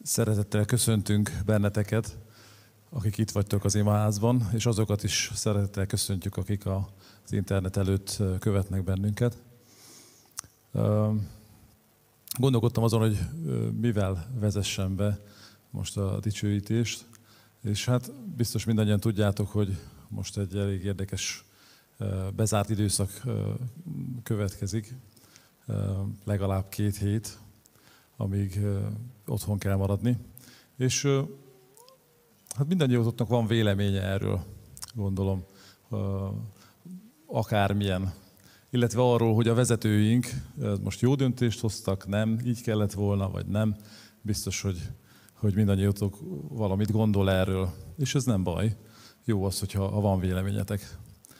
Szeretettel köszöntünk benneteket, akik itt vagytok az imaházban, és azokat is szeretettel köszöntjük, akik az internet előtt követnek bennünket. Gondolkodtam azon, hogy mivel vezessem be most a dicsőítést, és hát biztos mindannyian tudjátok, hogy most egy elég érdekes bezárt időszak következik, legalább 2 hét, amíg otthon kell maradni. És hát mindannyiótoknak van véleménye erről, gondolom, akármilyen. Illetve arról, hogy a vezetőink most jó döntést hoztak, nem, így kellett volna, vagy nem. Biztos, hogy mindannyiótok valamit gondol erről. És ez nem baj. Jó az, hogyha van véleményetek.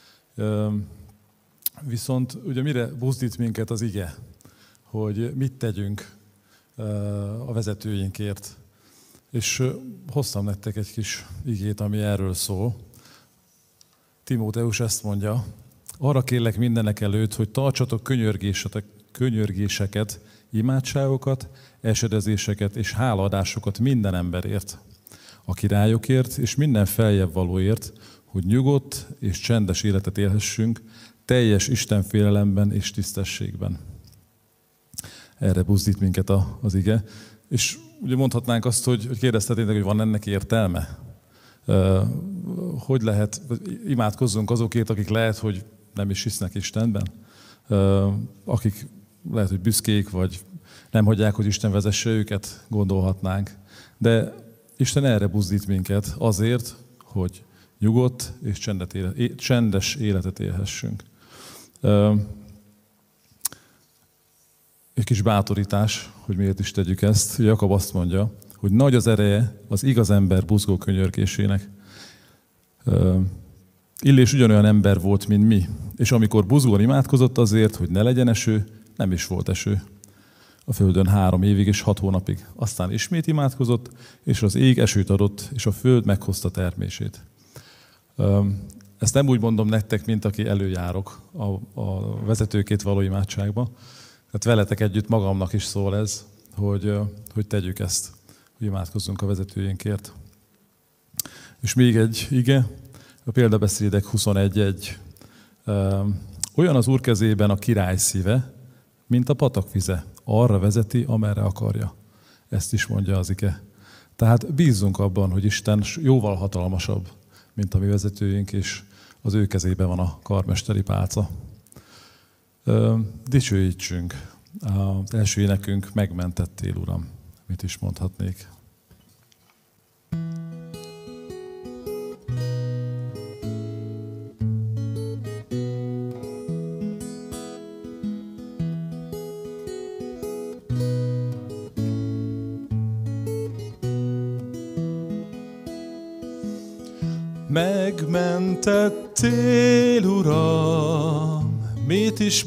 Viszont ugye mire buzdít minket az ige, hogy mit tegyünk a vezetőinkért. És hoztam nektek egy kis igét, ami erről szól. Timóteus ezt mondja: arra kérlek mindenek előtt, hogy tartsatok könyörgéseket, imádságokat, esedezéseket és hálaadásokat minden emberért, a királyokért és minden feljebb valóért, hogy nyugodt és csendes életet élhessünk, teljes istenfélelemben és tisztességben. Erre buzdít minket az ige. És ugye mondhatnánk azt, hogy kérdeztetétek, hogy van ennek értelme? Hogy lehet, imádkozzunk azokért, akik lehet, hogy nem is hisznek Istenben? Akik lehet, hogy büszkék, vagy nem hagyják, hogy Isten vezesse őket, gondolhatnánk. De Isten erre buzdít minket azért, hogy nyugodt és csendes életet élhessünk. Egy kis bátorítás, hogy miért is tegyük ezt. Jakab azt mondja, hogy nagy az ereje az igaz ember buzgó könyörgésének. Illés ugyanolyan ember volt, mint mi, és amikor buzgón imádkozott azért, hogy ne legyen eső, nem is volt eső a földön 3 évig és 6 hónapig. Aztán ismét imádkozott, és az ég esőt adott, és a föld meghozta termését. Ezt nem úgy mondom nektek, mint aki előjárok a vezetőkét való imádságba. Tehát veletek együtt magamnak is szól ez, hogy tegyük ezt, hogy imádkozzunk a vezetőinkért. És még egy ige, a Példabeszédek 21.1. Olyan az Úr kezében a király szíve, mint a patak vize. Arra vezeti, amerre akarja. Ezt is mondja az ige. Tehát bízzunk abban, hogy Isten jóval hatalmasabb, mint a mi vezetőink, és az ő kezében van a karmesteri pálca. Dicsőítsünk. Az első énekünk Megmentettél, Uram. Mit is mondhatnék? Megmentettél, Uram, mit is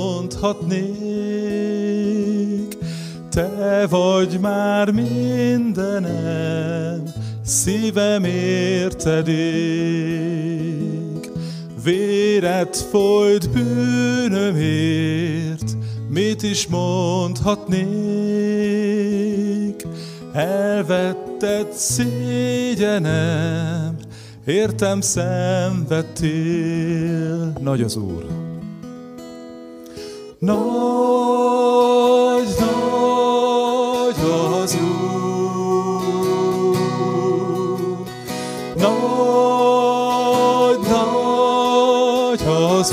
mondhatnék? Te vagy már mindenem, szívem érted ég. Véred folyt bűnömért, mit is mondhatnék? Elvetted szégyenem, értem szenvedtél. Nagy az Úr. Nagy, nagy az Úr, nagy, nagy az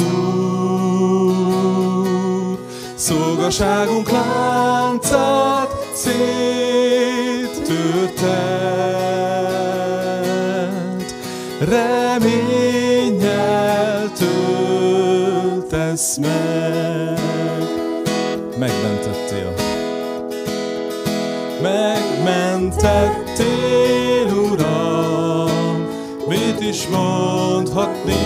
Úr, szolgaságunk láncát széttörted, reménnyel töltesz meg. Megmentettél. Megmentettél, Uram, mit is mondhatnék?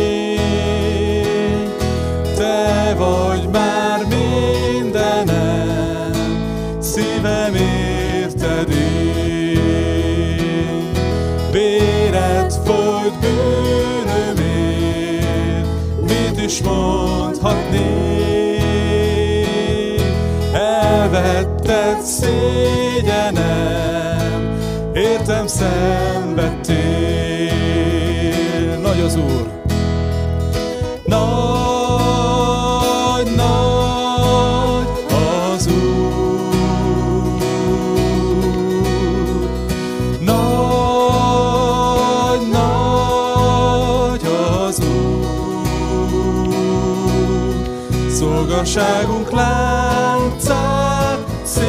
Te vagy már mindenem, szívem érted én. Véred folyt bűnömért, mit is mondhatnék? Elvetted szégyenem, értem szenvedtél. Nagy az Úr. Nagy, nagy az Úr. Nagy, nagy az Úr. Szolgaságunk láncát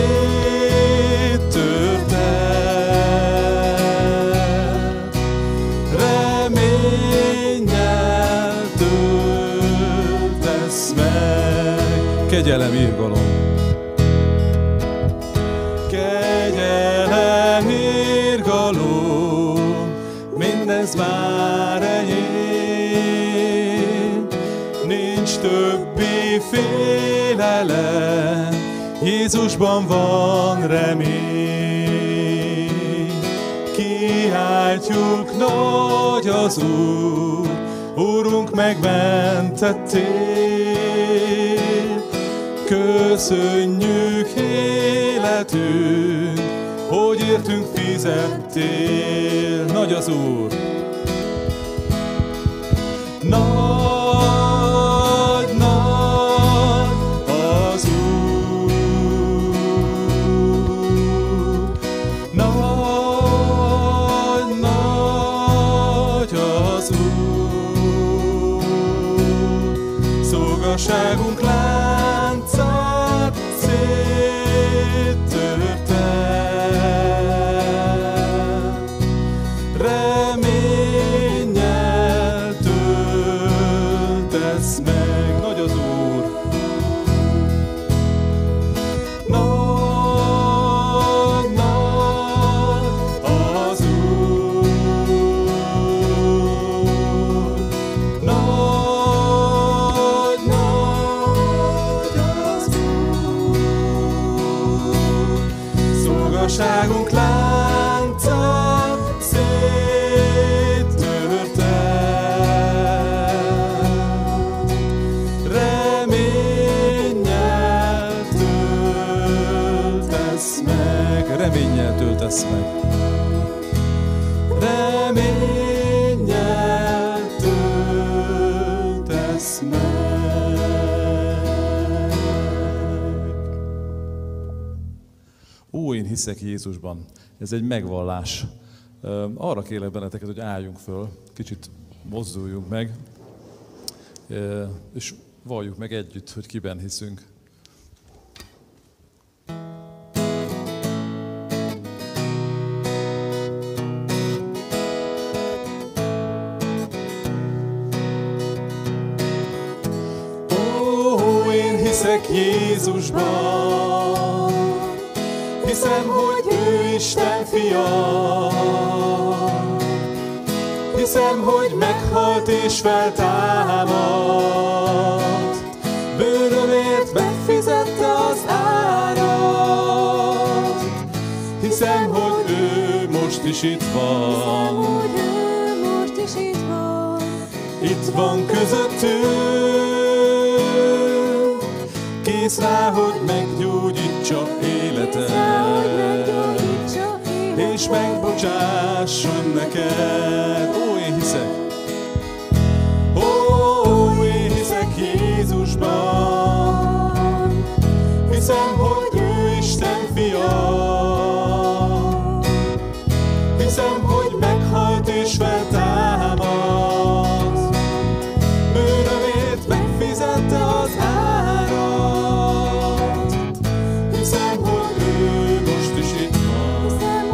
széttörte. Reménnyel töltesz meg. Kegyelem, irgalom. Kegyelem, irgalom, mindez már enyém. Nincs többi félelem, Jézusban van remény. Kiáltjuk, nagy az Úr, Úrunk, megmentettél. Köszönjük életünk, hogy értünk fizettél. Nagy az Úr. Nagy, nagy az Úr. Nagy, nagy az Úr. Szolgaságunk láncát széttörte. Reménnyel töltesz meg. Nagy az Úr. Nagy, nagy az Úr. Nagy, nagy az Úr. Szolgaságunk láncát széttörte. Reménnyel töltesz meg. Reménnyel töltesz meg. Reménnyel töltesz meg. Ó, én hiszek Jézusban. Ez egy megvallás. Arra kérlek benneteket, hogy álljunk föl, kicsit mozduljunk meg, és valljuk meg együtt, hogy kiben hiszünk. Ó, én hiszek Jézusban, hiszem, hogy ő Isten fia. Hiszem, hogy meghalt és feltámadt, bűnömért megfizette az árat. Hiszem, hogy ő most is itt van. Itt van közöttünk, kész rá, hogy meggyógyítsa életet, és megbocsásson neked. Ó, én hiszek. Ó, én hiszek Jézusban. Hiszem, hogy ő Isten fia. Hiszem, hogy meghalt és feltámadt, bűnömért megfizette az árat. Hiszem, hogy ő most is itt van.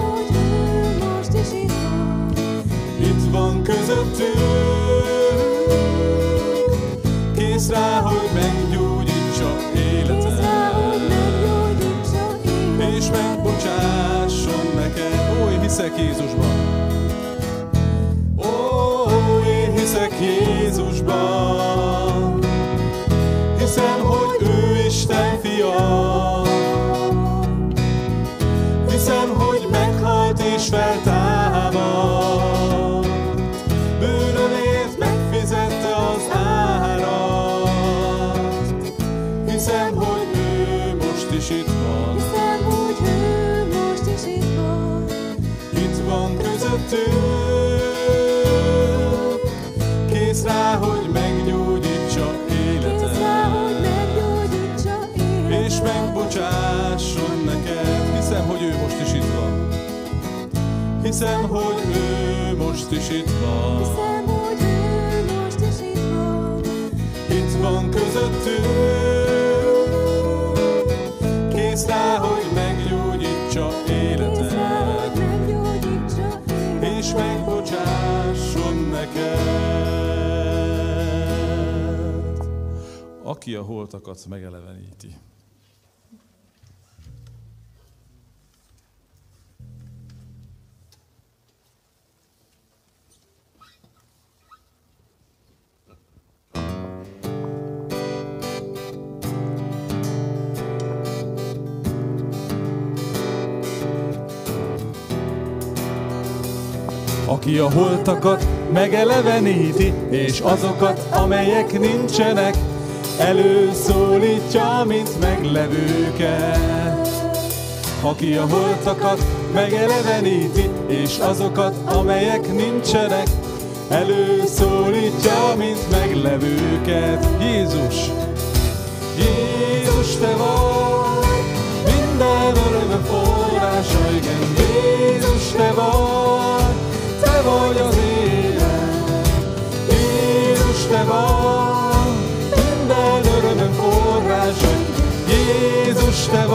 Itt van közöttünk, kész rá, hogy meggyógyítsa életet, és megbocsásson neked. Ó, én hiszek Jézusban. Ó, én hiszek Jézusban. Hiszem, hogy ő Isten fia. Hiszem, hogy meghalt és feltámadt, bűnömért megfizette az árat. Hiszem, hogy ő most is itt van. Itt van közöttünk, kész rá, hogy meggyógyítsa életed, és megbocsásson neked. Hiszem, hogy ő most is itt van. Hiszem, hogy ő most is itt van. Itt van közöttünk, kész rá, hogy meggyógyítsa életed, és megbocsásson neked. Aki a holtakat megeleveníti. Aki a holtakat megeleveníti, és azokat, amelyek nincsenek, előszólítja, mint meglevőket. Aki a holtakat megeleveníti, és azokat, amelyek nincsenek, előszólítja, mint meglevőket. Jézus! Jézus, te vagy minden öröm forrása, igen. Jézus, te vagy, te vagy az élet. Jézus, te vagy minden öröm forrása. Jézus, te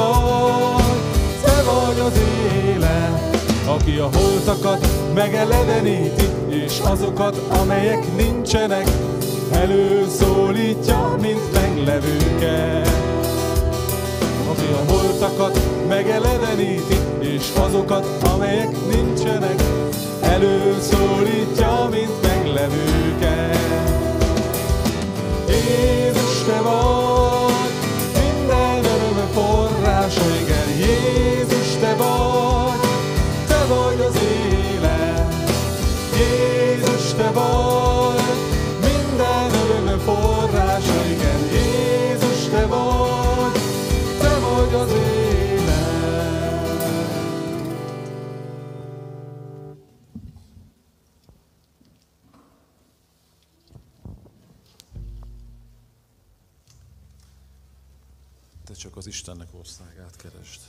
vagy az élet. Aki a holtakat megeleveníti, és azokat, amelyek nincsenek, előszólítja, mint meglevőket. Aki a holtakat megeleveníti, és azokat, amelyek nincsenek, előszólítja, mint meglevőket. Jézus, te vagy minden öröm forrása, igen. Jézus, te vagy az élet. Jézus, te vagy minden öröm forrása, igen. Jézus, te vagy az élet. Te csak az Istennek országát keresd.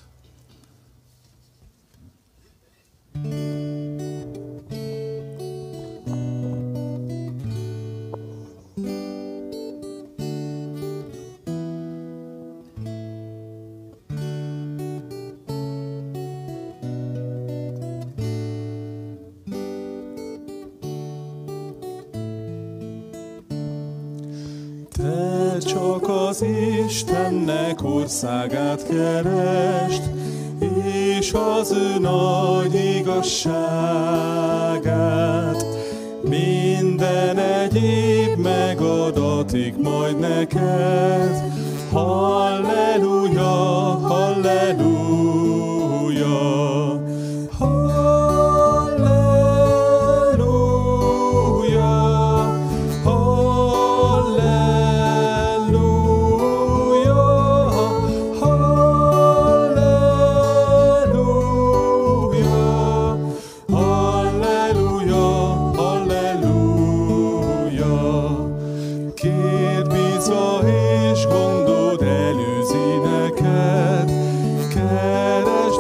Te csak az Istennek országát keresd, és az ő nagy igazságát. Minden egyéb megadatik majd neked. Halleluja, halleluja, halleluja, keresd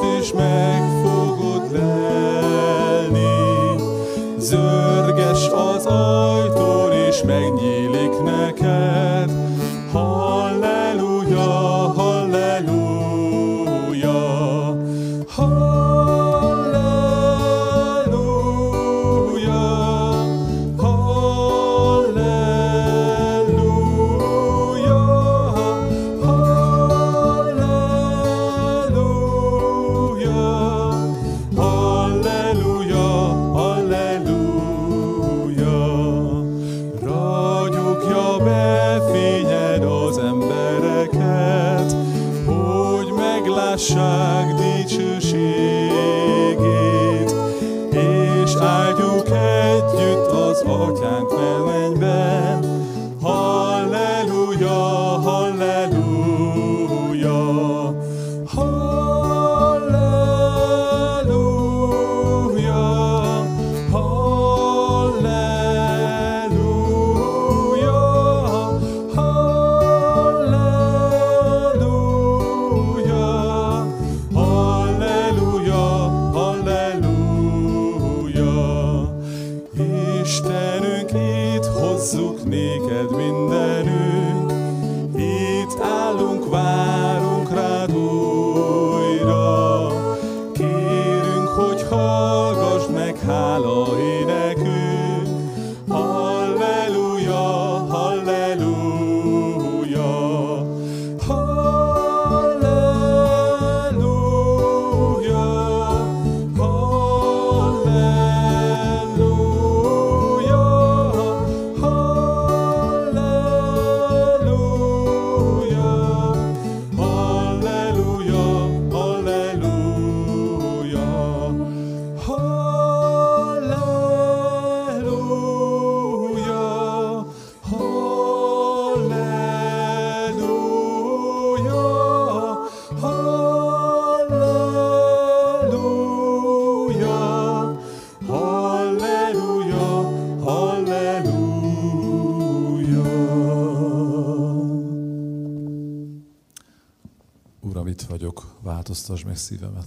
változtasd meg szívemet.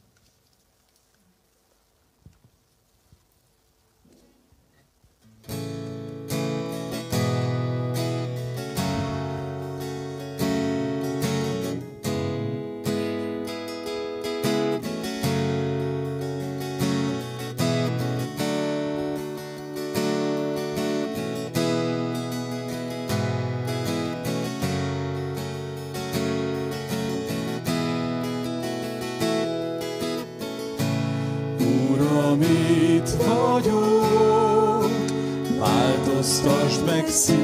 Itt vagyok, változtasd meg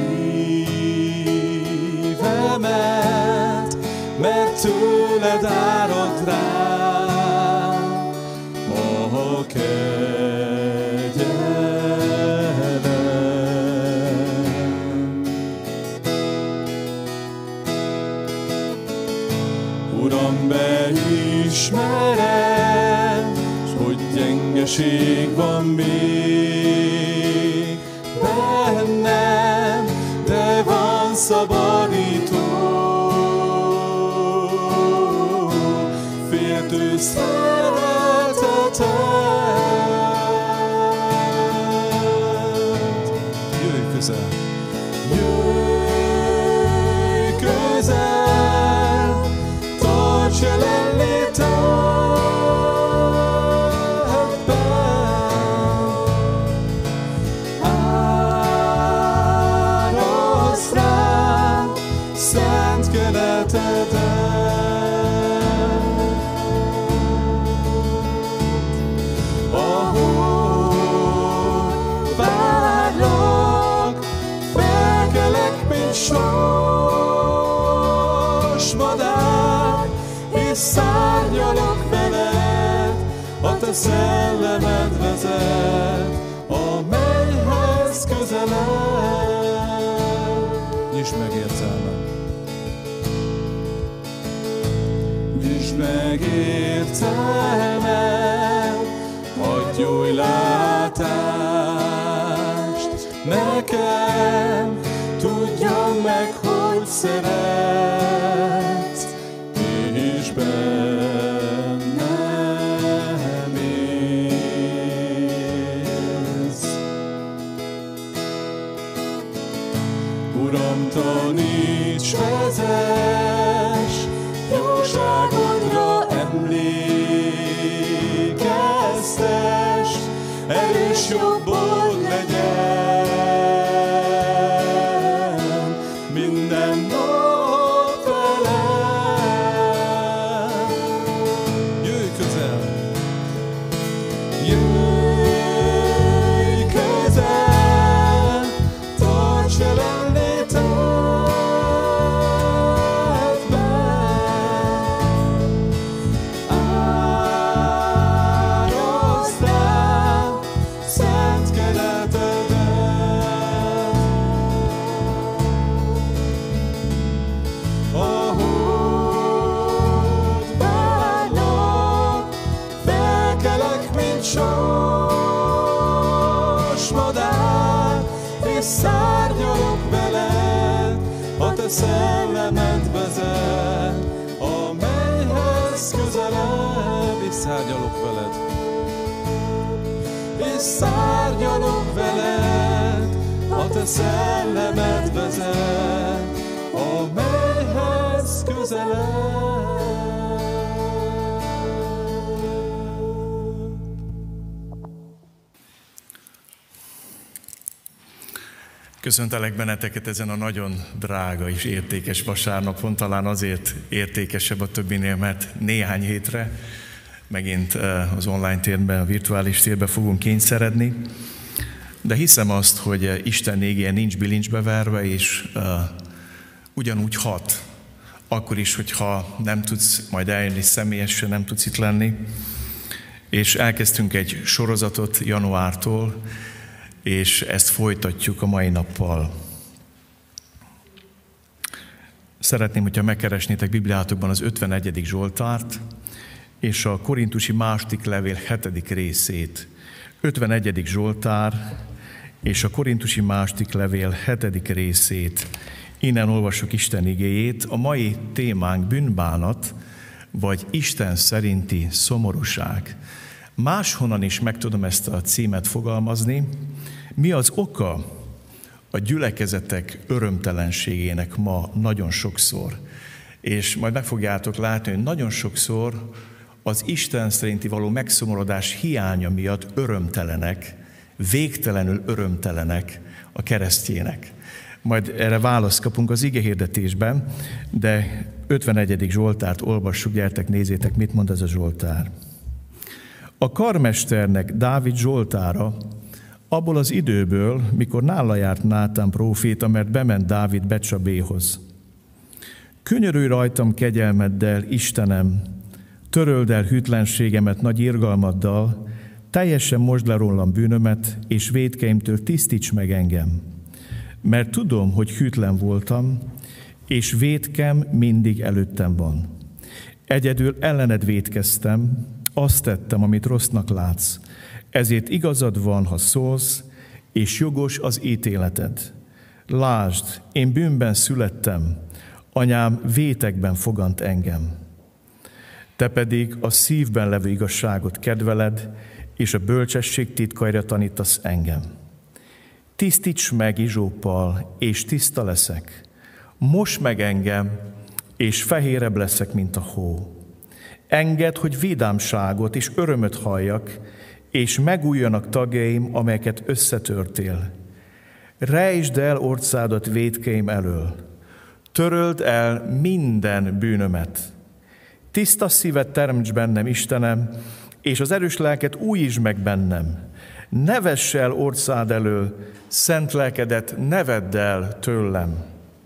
szívemet, mert tőled árad rám a kegyelem. Uram, beismerem, hogy gyengeség van még bennem, de van szabadító, féltő szereteted. Jöjj közel! Jöjj közel, tarts jelenléted. Sosmadár, és szárnyalok veled, a te szellemed vezet, a mennyhez közelebb. Nyisd meg értelmem! Nyisd meg értelmem, adj új látást nekem, tudjam meg, hogy szeretsz, és bennem élsz. Uram, taníts, vezess, jóságodra emlékeztess, erős jobbod legyen minden nap velem. Jöjj közel! Jöjj közel, tarts jelenlétedben, árasd rám szent kegyelmedet. Ahogy várlak, felkelek, mint sosmadár, és szárnyalok veled, a te szellemed vezet, a mennyhez közelebb. És szárnyalok veled! És szárnyalok veled, a te szellemed vezet, a mennyhez közelebb. Köszöntelek benneteket ezen a nagyon drága és értékes vasárnapon, talán azért értékesebb a többinél, mert néhány hétre megint az online térben, a virtuális térben fogunk kényszeredni. De hiszem azt, hogy Isten égéje nincs bilincsbe verve, és ugyanúgy hat. Akkor is, hogyha nem tudsz majd eljönni személyesen, nem tudsz itt lenni. És elkezdtünk egy sorozatot januártól, és ezt folytatjuk a mai nappal. Szeretném, hogyha megkeresnétek Bibliátokban az 51. Zsoltárt, és a Korintusi második levél 7. részét. 51. Zsoltár, és a Korintusi második levél 7. részét. Innen olvasok Isten igéjét. A mai témánk bűnbánat, vagy Isten szerinti szomorúság. Máshonnan is meg tudom ezt a címet fogalmazni. Mi az oka a gyülekezetek örömtelenségének ma nagyon sokszor? És majd meg fogjátok látni, hogy nagyon sokszor az Isten szerinti való megszomorodás hiánya miatt örömtelenek, végtelenül örömtelenek a keresztjének. Majd erre választ kapunk az igehirdetésben, de 51. Zsoltárt olvassuk, gyertek, nézzétek, mit mond ez a Zsoltár. A karmesternek, Dávid Zsoltára, abból az időből, mikor nála járt Nátán próféta, mert bement Dávid Becsabéhoz. Könyörülj rajtam kegyelmeddel, Istenem, töröld el hűtlenségemet nagy irgalmaddal, teljesen mosd le rólam bűnömet, és vétkeimtől tisztíts meg engem. Mert tudom, hogy hűtlen voltam, és vétkem mindig előttem van. Egyedül ellened vétkeztem, azt tettem, amit rossznak látsz. Ezért igazad van, ha szólsz, és jogos az ítéleted. Lásd, én bűnben születtem, anyám vétekben fogant engem. Te pedig a szívben levő igazságot kedveled, és a bölcsesség titkaira tanítasz engem. Tisztíts meg izsóppal, és tiszta leszek. Mosd meg engem, és fehérebb leszek, mint a hó. Engedd, hogy vidámságot és örömöt halljak, és megújjanak tagjaim, amelyeket összetörtél. Rejtsd el orcádat vétkeim elől. Töröld el minden bűnömet. Tiszta szívet teremts bennem, Istenem, és az erős lelket újítsd meg bennem. Ne vess el orcád elől, szent lelkedet ne vedd el tőlem.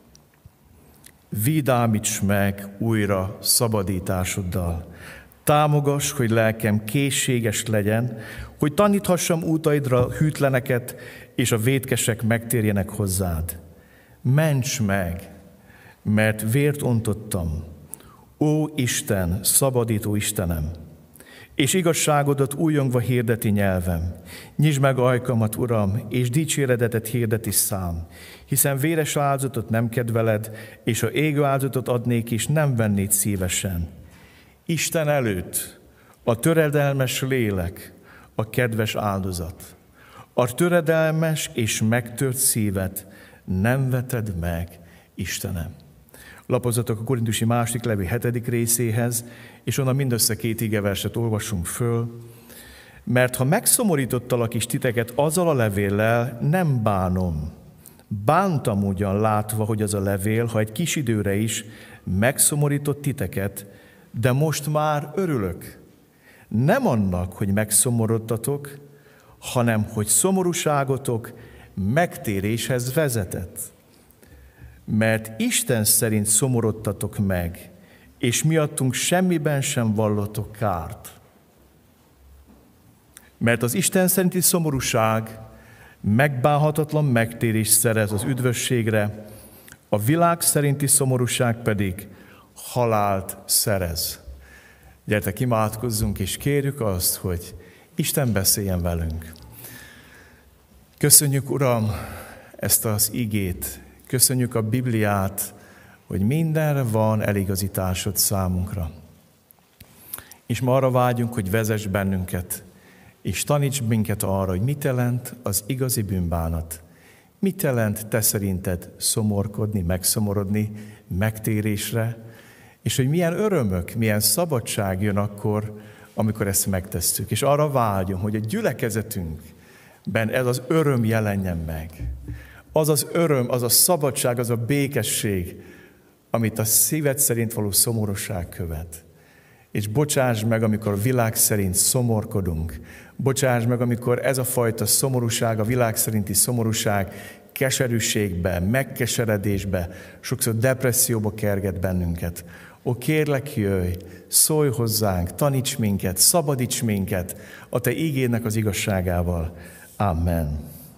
Vidámíts meg újra szabadításoddal. Támogass, hogy lelkem készséges legyen, hogy taníthassam útaidra hűtleneket, és a vétkesek megtérjenek hozzád. Ments meg, mert vért ontottam. Ó Isten, szabadító Istenem! És igazságodat újongva hirdeti nyelvem. Nyisd meg ajkamat, Uram, és dicséretetet hirdeti szám, hiszen véres áldozatot nem kedveled, és ha égő áldozatot adnék is, nem vennéd szívesen. Isten előtt a töredelmes lélek a kedves áldozat. A töredelmes és megtört szívet nem veted meg, Istenem. Lapozzatok a Korintusi második levél 7. részéhez, és onnan mindössze 2 igeverset olvassunk föl. Mert ha megszomorítottalak is titeket azzal a levéllel, nem bánom. Bántam ugyan látva, hogy az a levél, ha egy kis időre is megszomorított titeket, de most már örülök. Nem annak, hogy megszomorodtatok, hanem hogy szomorúságotok megtéréshez vezetett. Mert Isten szerint szomorodtatok meg, és miattunk semmiben sem vallotok kárt. Mert az Isten szerinti szomorúság megbánhatatlan megtérést szerez az üdvösségre, a világ szerinti szomorúság pedig halált szerez. Gyertek, imádkozzunk, és kérjük azt, hogy Isten beszéljen velünk. Köszönjük, Uram, ezt az igét, köszönjük a Bibliát, hogy mindenre van eligazításod számunkra. És ma arra vágyunk, hogy vezess bennünket, és taníts minket arra, hogy mit jelent az igazi bűnbánat. Mit jelent te szerinted szomorkodni, megszomorodni, megtérésre, és hogy milyen örömök, milyen szabadság jön akkor, amikor ezt megtesszük. És arra vágyom, hogy a gyülekezetünkben ez az öröm jelenjen meg. Az az öröm, az a szabadság, az a békesség, amit a szíved szerint való szomorúság követ. És bocsáss meg, amikor a világ szerint szomorkodunk. Bocsáss meg, amikor ez a fajta szomorúság, a világ szerinti szomorúság keserűségbe, megkeseredésbe, sokszor depresszióba kerget bennünket. Ó, kérlek, jöjj, szólj hozzánk, taníts minket, szabadíts minket a te ígédnek az igazságával. Amen.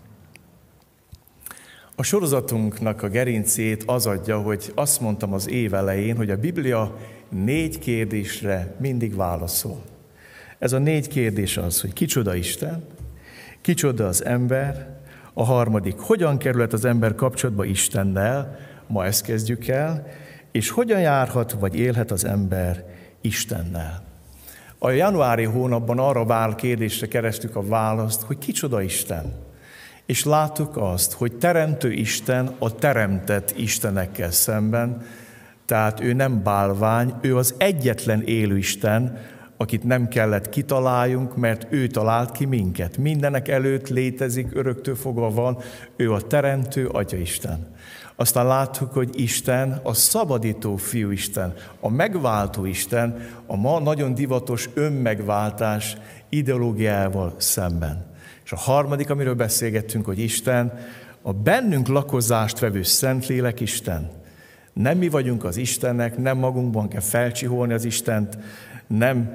A sorozatunknak a gerincét az adja, hogy azt mondtam az év elején, hogy a Biblia 4 kérdésre mindig válaszol. Ez a 4 kérdés az, hogy kicsoda Isten, kicsoda az ember, a harmadik, hogyan kerülhet az ember kapcsolatba Istennel, ma ezt kezdjük el, és hogyan járhat vagy élhet az ember Istennel. A januári hónapban arra kérdésre kerestük a választ, hogy kicsoda Isten. És láttuk azt, hogy teremtő Isten a teremtett istenekkel szemben, tehát ő nem bálvány, ő az egyetlen élő Isten, akit nem kellett kitaláljunk, mert ő talált ki minket. Mindenek előtt létezik, öröktől fogva van, ő a teremtő Atyaisten. Aztán láttuk, hogy Isten a szabadító fiúisten, a megváltó Isten, a ma nagyon divatos önmegváltás ideológiával szemben. És a harmadik, amiről beszélgettünk, hogy Isten a bennünk lakozást vevő Szentlélek Isten. Nem mi vagyunk az Istennek, nem magunkban kell felcsiholni az Istent, nem,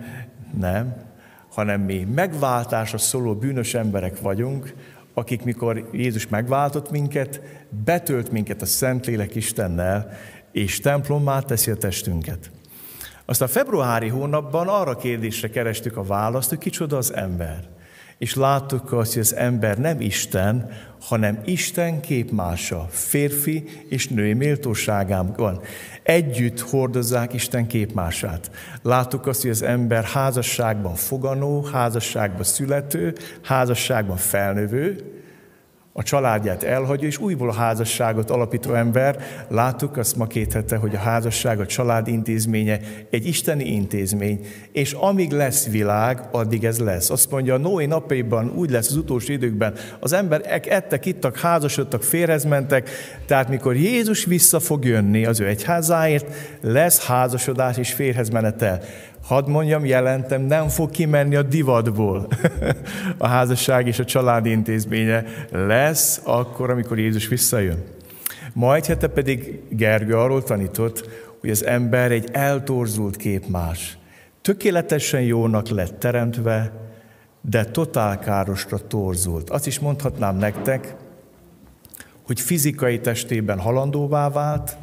hanem mi megváltásra szóló bűnös emberek vagyunk, akik mikor Jézus megváltott minket, betölt minket a Szentlélek Istennel, és templommá teszi a testünket. Aztán februári hónapban arra kérdésre kerestük a választ, hogy kicsoda az ember. És láttuk azt, hogy az ember nem Isten, hanem Isten képmása, férfi és női méltóságában. Együtt hordozzák Isten képmását. Láttuk azt, hogy az ember házasságban foganó, házasságban születő, házasságban felnövő, a családját elhagyja, és újból a házasságot alapító ember. Láttuk azt ma 2 hete, hogy a házasság, a család intézménye egy isteni intézmény, és amíg lesz világ, addig ez lesz. Azt mondja, a Noé napjaiban úgy lesz az utolsó időkben, az emberek ettek, ittak, házasodtak, férhez mentek, tehát mikor Jézus vissza fog jönni az ő egyházáért, lesz házasodás és férhez menetel. Hadd mondjam, jelentem, nem fog kimenni a divatból. A házasság és a család intézménye lesz akkor, amikor Jézus visszajön. Ma egy hete pedig Gergő arról tanított, hogy az ember egy eltorzult képmás. Tökéletesen jónak lett teremtve, de totál károsra torzult. Azt is mondhatnám nektek, hogy fizikai testében halandóvá vált,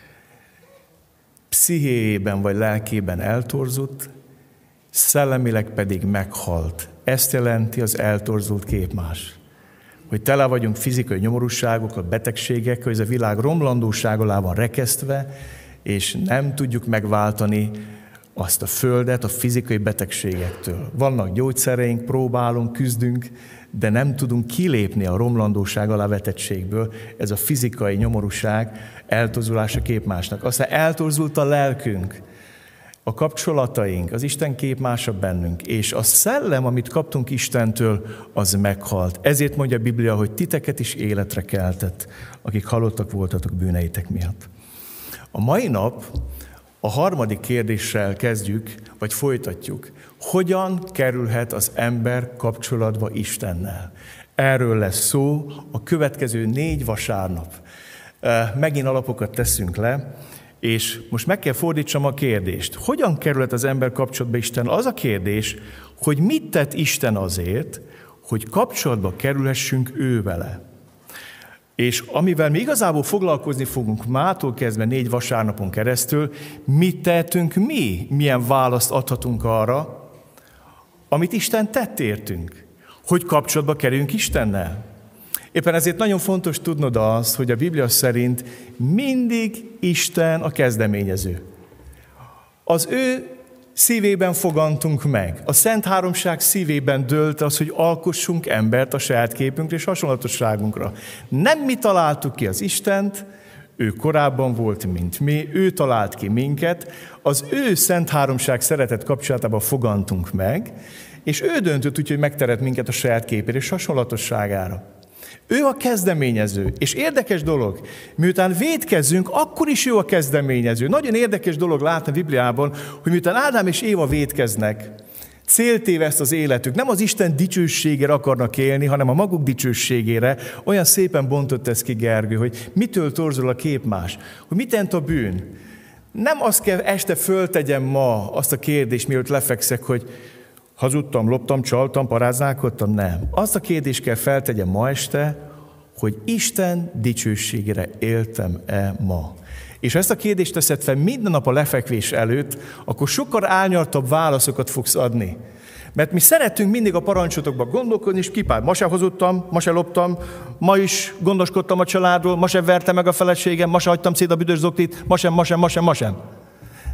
pszichéjében vagy lelkében eltorzult, szellemileg pedig meghalt. Ezt jelenti az eltorzult képmás. Hogy tele vagyunk fizikai nyomorúságokkal, betegségekkel, hogy ez a világ romlandóság alá van rekesztve, és nem tudjuk megváltani azt a földet a fizikai betegségektől. Vannak gyógyszereink, próbálunk, küzdünk, de nem tudunk kilépni a romlandóság alá vetettségből. Ez a fizikai nyomorúság, eltorzulása képmásnak. Aztán eltorzult a lelkünk, a kapcsolataink, az Isten képmása bennünk, és a szellem, amit kaptunk Istentől, az meghalt. Ezért mondja a Biblia, hogy titeket is életre keltett, akik halottak voltatok bűneitek miatt. A mai nap a harmadik kérdéssel kezdjük, vagy folytatjuk. Hogyan kerülhet az ember kapcsolatba Istennel? Erről lesz szó a következő 4 vasárnap. Megint alapokat teszünk le, és most meg kell fordítsam a kérdést. Hogyan kerülhet az ember kapcsolatba Istennel? Az a kérdés, hogy mit tett Isten azért, hogy kapcsolatba kerülhessünk ő vele. És amivel mi igazából foglalkozni fogunk mától kezdve 4 vasárnapon keresztül, mit tehetünk mi? Milyen választ adhatunk arra, amit Isten tett értünk? Hogy kapcsolatba kerüljünk Istennel? Éppen ezért nagyon fontos tudnod azt, hogy a Biblia szerint mindig Isten a kezdeményező. Az ő szívében fogantunk meg. A Szent Háromság szívében dőlt az, hogy alkossunk embert a saját képünkre és hasonlatosságunkra. Nem mi találtuk ki az Istent, ő korábban volt, mint mi, ő talált ki minket, az ő Szent Háromság szeretet kapcsolatában fogantunk meg, és ő döntött úgy, hogy megteremt minket a saját képére és hasonlatosságára. Ő a kezdeményező, és érdekes dolog, miután vétkezzünk, akkor is ő a kezdeményező. Nagyon érdekes dolog látni a Bibliában, hogy miután Ádám és Éva vétkeznek, céltéveszt az életük, nem az Isten dicsőségére akarnak élni, hanem a maguk dicsőségére. Olyan szépen bontott ez ki Gergő, hogy mitől torzul a képmás, hogy mit jelent a bűn. Nem azt kell este föltegyem ma azt a kérdést, mielőtt lefekszek, hogy hazudtam, loptam, csaltam, paráználkodtam? Nem. Azt a kérdést kell feltegyem ma este, hogy Isten dicsőségére éltem-e ma? És ha ezt a kérdést teszed fel minden nap a lefekvés előtt, akkor sokkal árnyaltabb válaszokat fogsz adni. Mert mi szeretünk mindig a parancsotokba gondolkodni, és kipár. Ma sem hazudtam, ma sem loptam, ma is gondoskodtam a családról, ma sem vertem meg a feleségem, ma sem hagytam szét a büdös zoknit, ma sem.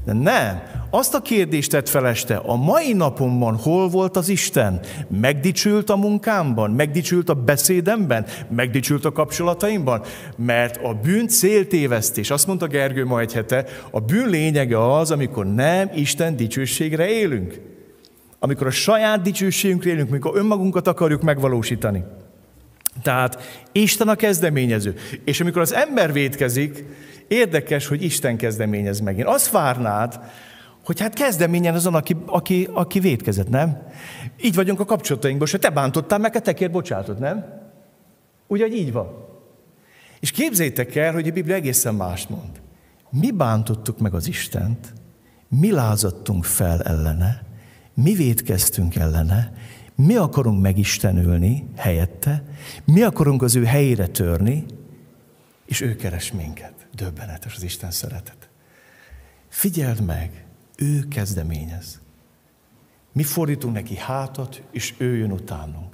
De nem. Azt a kérdést tett fel este, a mai napomban hol volt az Isten? Megdicsült a munkámban? Megdicsült a beszédemben? Megdicsült a kapcsolataimban? Mert a bűn céltévesztés, azt mondta Gergő ma egy hete, a bűn lényege az, amikor nem Isten dicsőségre élünk. Amikor a saját dicsőségünkre élünk, amikor önmagunkat akarjuk megvalósítani. Tehát Isten a kezdeményező. És amikor az ember vétkezik, érdekes, hogy Isten kezdeményez megint. Azt várnád, hogy hát kezdeményen azon, aki vétkezett, nem? Így vagyunk a kapcsolatainkban, hogy te bántottál meg, te kér bocsánatot, nem? Ugye, hogy így van. És képzeljétek el, hogy a Biblia egészen mást mond. Mi bántottuk meg az Istent, mi lázadtunk fel ellene, mi vétkeztünk ellene, mi akarunk megistenülni helyette, mi akarunk az ő helyére törni, és ő keres minket. Döbbenetes az Isten szeretet. Figyeld meg, ő kezdeményez. Mi fordítunk neki hátat, és ő jön utánunk.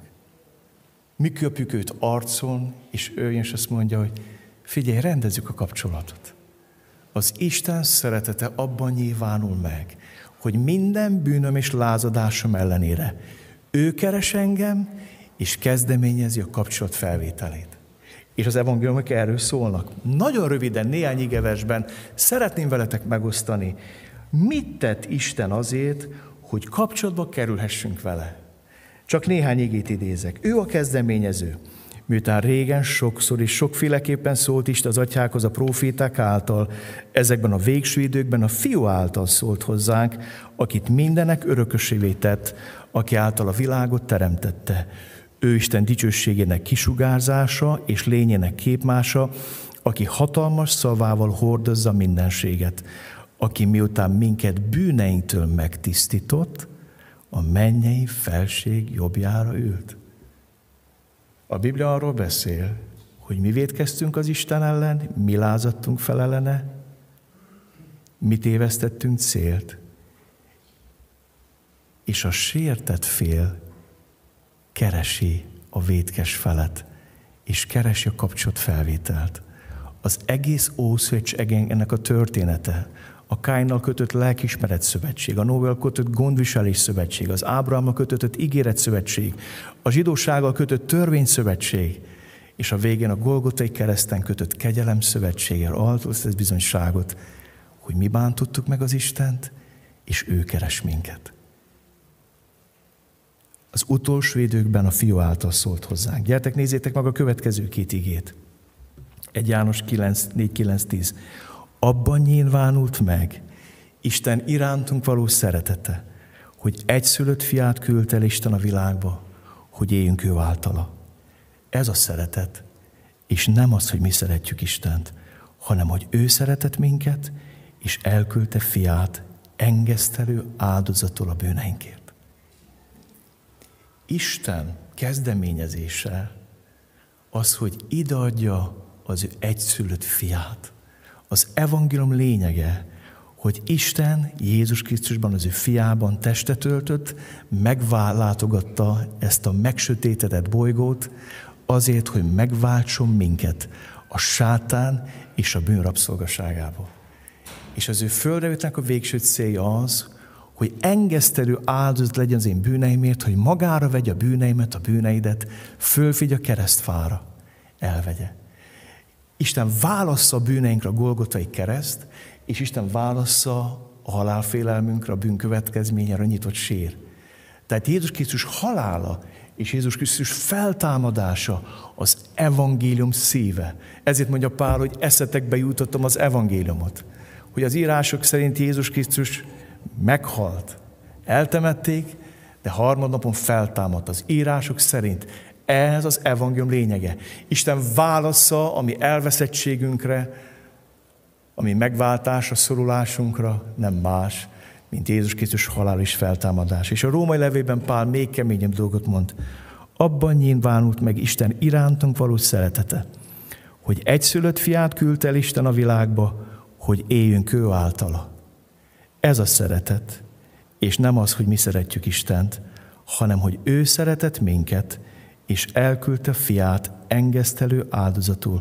Mi köpjük őt arcon, és ő jön, és azt mondja, hogy figyelj, rendezzük a kapcsolatot. Az Isten szeretete abban nyilvánul meg, hogy minden bűnöm és lázadásom ellenére ő keres engem, és kezdeményezi a kapcsolat felvételét. És az evangéliumok erről szólnak. Nagyon röviden, néhány igeversben szeretném veletek megosztani, mit tett Isten azért, hogy kapcsolatba kerülhessünk vele. Csak néhány igét idézek. Ő a kezdeményező. Miután régen sokszor és sokféleképpen szólt Isten az atyákhoz a próféták által, ezekben a végső időkben a Fiú által szólt hozzánk, akit mindenek örökösévé tett, aki által a világot teremtette. Ő Isten dicsőségének kisugárzása és lényének képmása, aki hatalmas szavával hordozza mindenséget, aki miután minket bűneinktől megtisztított, a mennyei felség jobbjára ült. A Biblia arról beszél, hogy mi vétkeztünk az Isten ellen, mi lázadtunk fel ellene, mi tévesztettünk célt, és a sértett fél keresi a vétkes felet, és keresi a kapcsolatfelvételt. Az egész Ószövetség ennek a története, a Káinnal kötött lelkiismeret szövetség, a Noéval kötött gondviselés szövetség, az Ábrahámmal kötött ígéret szövetség, a zsidósággal kötött törvényszövetség, és a végén a Golgotai kereszten kötött kegyelem szövetséggel adott ez bizonyságot, hogy mi bántottuk meg az Istent, és ő keres minket. Az utolsó időkben a Fiú által szólt hozzánk. Gyertek, nézzétek meg a következő két igét. 1 János 4:9-10. Abban nyilvánult meg Isten irántunk való szeretete, hogy egyszülött fiát küldte el Isten a világba, hogy éljünk ő általa. Ez a szeretet, és nem az, hogy mi szeretjük Istent, hanem hogy ő szeretett minket, és elküldte fiát engesztelő áldozatul a bűneinkért. Isten kezdeményezése az, hogy ideadja az ő egyszülött fiát. Az evangélium lényege, hogy Isten Jézus Krisztusban, az ő fiában testet öltött, meglátogatta ezt a megsötétedett bolygót azért, hogy megváltson minket a sátán és a bűn rabszolgaságából. És az ő földrejöttnek a végső célja az, hogy engesztelő áldozat legyen az én bűneimért, hogy magára vegye a bűneimet, a bűneidet, fölvigy a keresztfára, elvegye. Isten válassza a bűneinkre a Golgotai kereszt, és Isten válassza a halálfélelmünkre, a bűn következményére a nyitott sér. Tehát Jézus Krisztus halála és Jézus Krisztus feltámadása az evangélium szíve. Ezért mondja Pál, hogy eszetekbe jutottam az evangéliumot. Hogy az írások szerint Jézus Krisztus meghalt, eltemették, de harmadnapon feltámadt. Az írások szerint ez az evangélium lényege. Isten válasza a mi elveszettségünkre, a mi megváltásra, szorulásunkra nem más, mint Jézus Krisztus halál és feltámadás. És a római levélben Pál még keményebb dolgot mond. Abban nyilvánult meg Isten irántunk való szeretete, hogy egyszülött fiát küldte el Isten a világba, hogy éljünk ő általa. Ez a szeretet, és nem az, hogy mi szeretjük Istent, hanem hogy ő szeretett minket, és elküldte fiát engesztelő áldozatul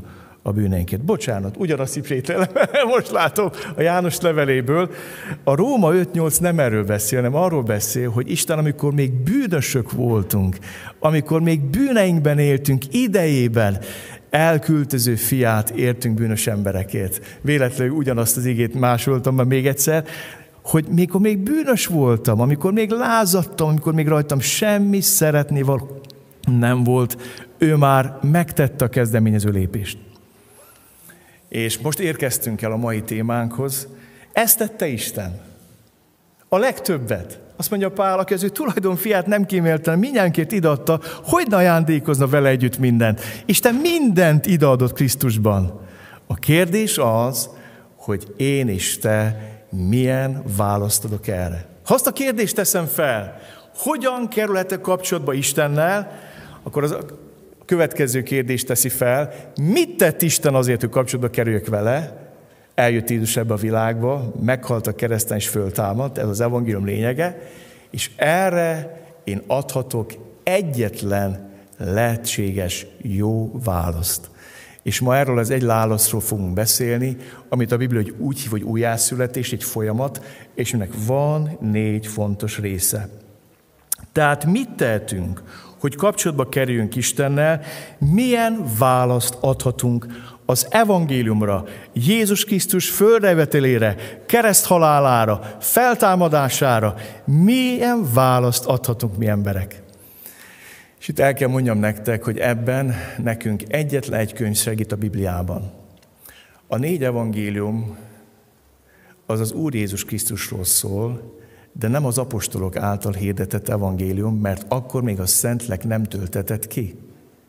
a bűneinkért. Bocsánat, ugyanazt ismétlem, most látom a János leveléből. A Róma 5.8 nem erről beszél, hanem arról beszél, hogy Isten, amikor még bűnösök voltunk, amikor még bűneinkben éltünk idejében, elküldöző fiát értünk bűnös emberekért. Véletlenül ugyanazt az igét másoltam már még egyszer, hogy mikor még bűnös voltam, amikor még lázadtam, amikor még rajtam semmi szeretnivaló nem volt, ő már megtette a kezdeményező lépést. És most érkeztünk el a mai témánkhoz. Ezt tette Isten. A legtöbbet. Azt mondja Pál, aki az ő tulajdonfiát nem kímélte, mindjánkért ideadta, hogy ne ajándékozna vele együtt mindent. Isten mindent ideadott Krisztusban. A kérdés az, hogy én és te milyen választ adok erre. Ha azt a kérdést teszem fel, hogyan kerülhetek kapcsolatba Istennel, akkor az a következő kérdést teszi fel, mit tett Isten azért, hogy kapcsolatba kerüljek vele? Eljött Jézus ebbe a világba, meghalt a kereszten és föltámadt, ez az evangélium lényege, és erre én adhatok egyetlen lehetséges jó választ. És ma erről az egy válaszról fogunk beszélni, amit a Biblia úgy hív, hogy újjászületés, egy folyamat, és ennek van 4 fontos része. Tehát mit tehetünk, hogy kapcsolatba kerüljünk Istennel, milyen választ adhatunk az evangéliumra, Jézus Krisztus földrejövetelére, kereszthalálára, feltámadására, milyen választ adhatunk mi emberek. És itt el kell mondjam nektek, hogy ebben nekünk egyetlen egy könyv segít a Bibliában. A 4 evangélium az az Úr Jézus Krisztusról szól, de nem az apostolok által hirdetett evangélium, mert akkor még a Szentlélek nem töltetett ki.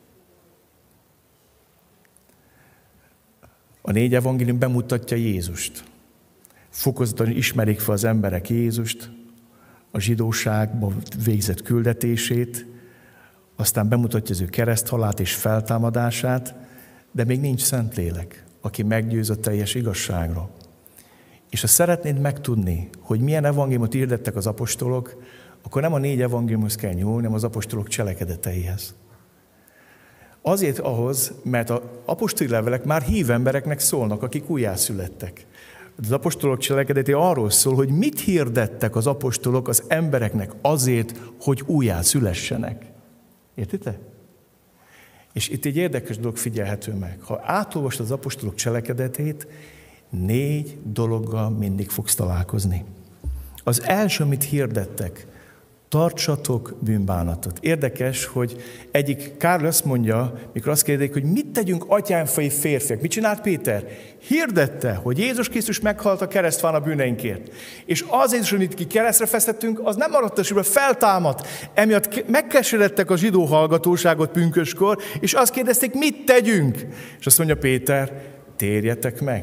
A 4 evangélium bemutatja Jézust. Fokozottan ismerik fel az emberek Jézust, a zsidóságban végzett küldetését, aztán bemutatja az ő kereszthalálát és feltámadását, de még nincs Szentlélek, aki meggyőz a teljes igazságra. És ha szeretnéd megtudni, hogy milyen evangéliumot hirdettek az apostolok, akkor nem a 4 evangéliumhoz kell nyúlni, hanem az apostolok cselekedeteihez. Azért ahhoz, mert az apostoli levelek már hív embereknek szólnak, akik újjászülettek. Az apostolok cselekedetei arról szól, hogy mit hirdettek az apostolok az embereknek azért, hogy újjászülessenek. Értitek? És itt egy érdekes dolog figyelhető meg. Ha átolvasd az apostolok cselekedetét, 4 dologgal mindig fogsz találkozni. Az első, amit hirdettek, tartsatok bűnbánatot. Érdekes, hogy egyik Kárl azt mondja, mikor azt kérdezik, hogy mit tegyünk atyánfai férfiak. Mit csinált Péter? Hirdette, hogy Jézus Krisztus meghalt a keresztfán a bűneinkért. És azért is, amit ki keresztre fesztettünk, az nem maradt a sírban, feltámadt. Emiatt megkeseredtek a zsidó hallgatóságot pünköskor, és azt kérdezték, mit tegyünk? És azt mondja Péter, térjetek meg.